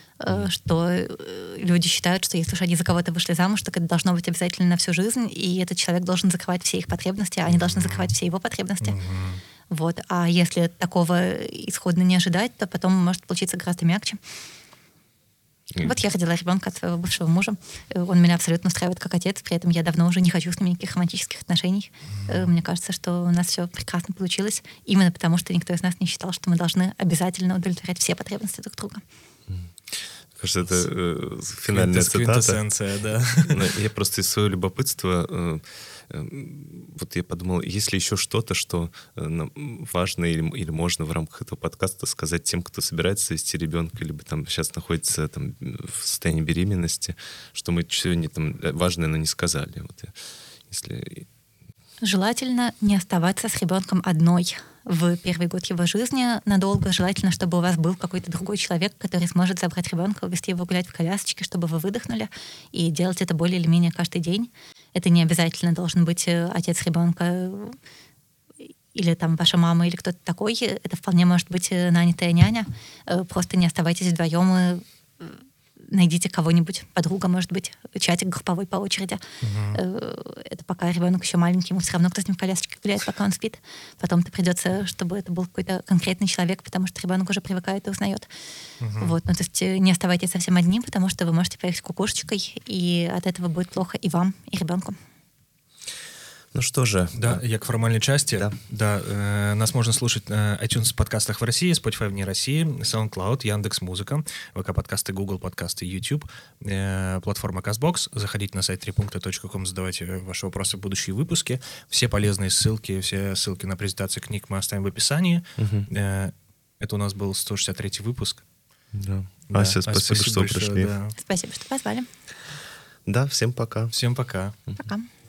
Что люди считают, что если уж они за кого-то вышли замуж, так это должно быть обязательно на всю жизнь, и этот человек должен закрывать все их потребности, а они должны закрывать все его потребности. Вот. А если такого исходно не ожидать, то потом может получиться гораздо мягче. Вот я родила ребенка от своего бывшего мужа. Он меня абсолютно устраивает как отец, при этом я давно уже не хочу с ним никаких романтических отношений. Мне кажется, что у нас все прекрасно получилось, именно потому что никто из нас не считал, что мы должны обязательно удовлетворять все потребности друг друга. Кажется, это финальная цитата. Квинтэссенция, да. Я просто из своего любопытства вот я подумал, есть ли еще что-то, что важно или можно в рамках этого подкаста сказать тем, кто собирается завести ребенка, либо там сейчас находится там в состоянии беременности, что мы сегодня там важное, но не сказали. Вот, если... Желательно не оставаться с ребенком одной в первый год его жизни надолго. Желательно, чтобы у вас был какой-то другой человек, который сможет забрать ребенка, увезти его гулять в колясочке, чтобы вы выдохнули, и делать это более или менее каждый день. Это не обязательно должен быть отец ребенка или там ваша мама или кто-то такой. Это вполне может быть нанятая няня. Просто не оставайтесь вдвоем и найдите кого-нибудь, подруга, может быть, чатик групповой по очереди. Это пока ребенок еще маленький, ему все равно кто с ним в колясочке гуляет, пока он спит. Потом-то придется, чтобы это был какой-то конкретный человек, потому что ребенок уже привыкает и узнает. Вот. Ну, то есть не оставайтесь совсем одни, потому что вы можете поехать кукушечкой, и от этого будет плохо и вам, и ребенку. Ну что же. Да, я к формальной части. Да. Нас можно слушать на iTunes подкастах в России, Spotify вне России, SoundCloud, Яндекс.Музыка, ВК-подкасты, Google подкасты, YouTube, платформа CastBox. Заходите на сайт tripunkta.com, задавайте ваши вопросы в будущие выпуски. Все полезные ссылки, все ссылки на презентации книг мы оставим в описании. Это у нас был 163-й выпуск. Да. Ася, спасибо, что большое, пришли. Да. Спасибо, что позвали. Да, всем пока. Всем пока. Пока.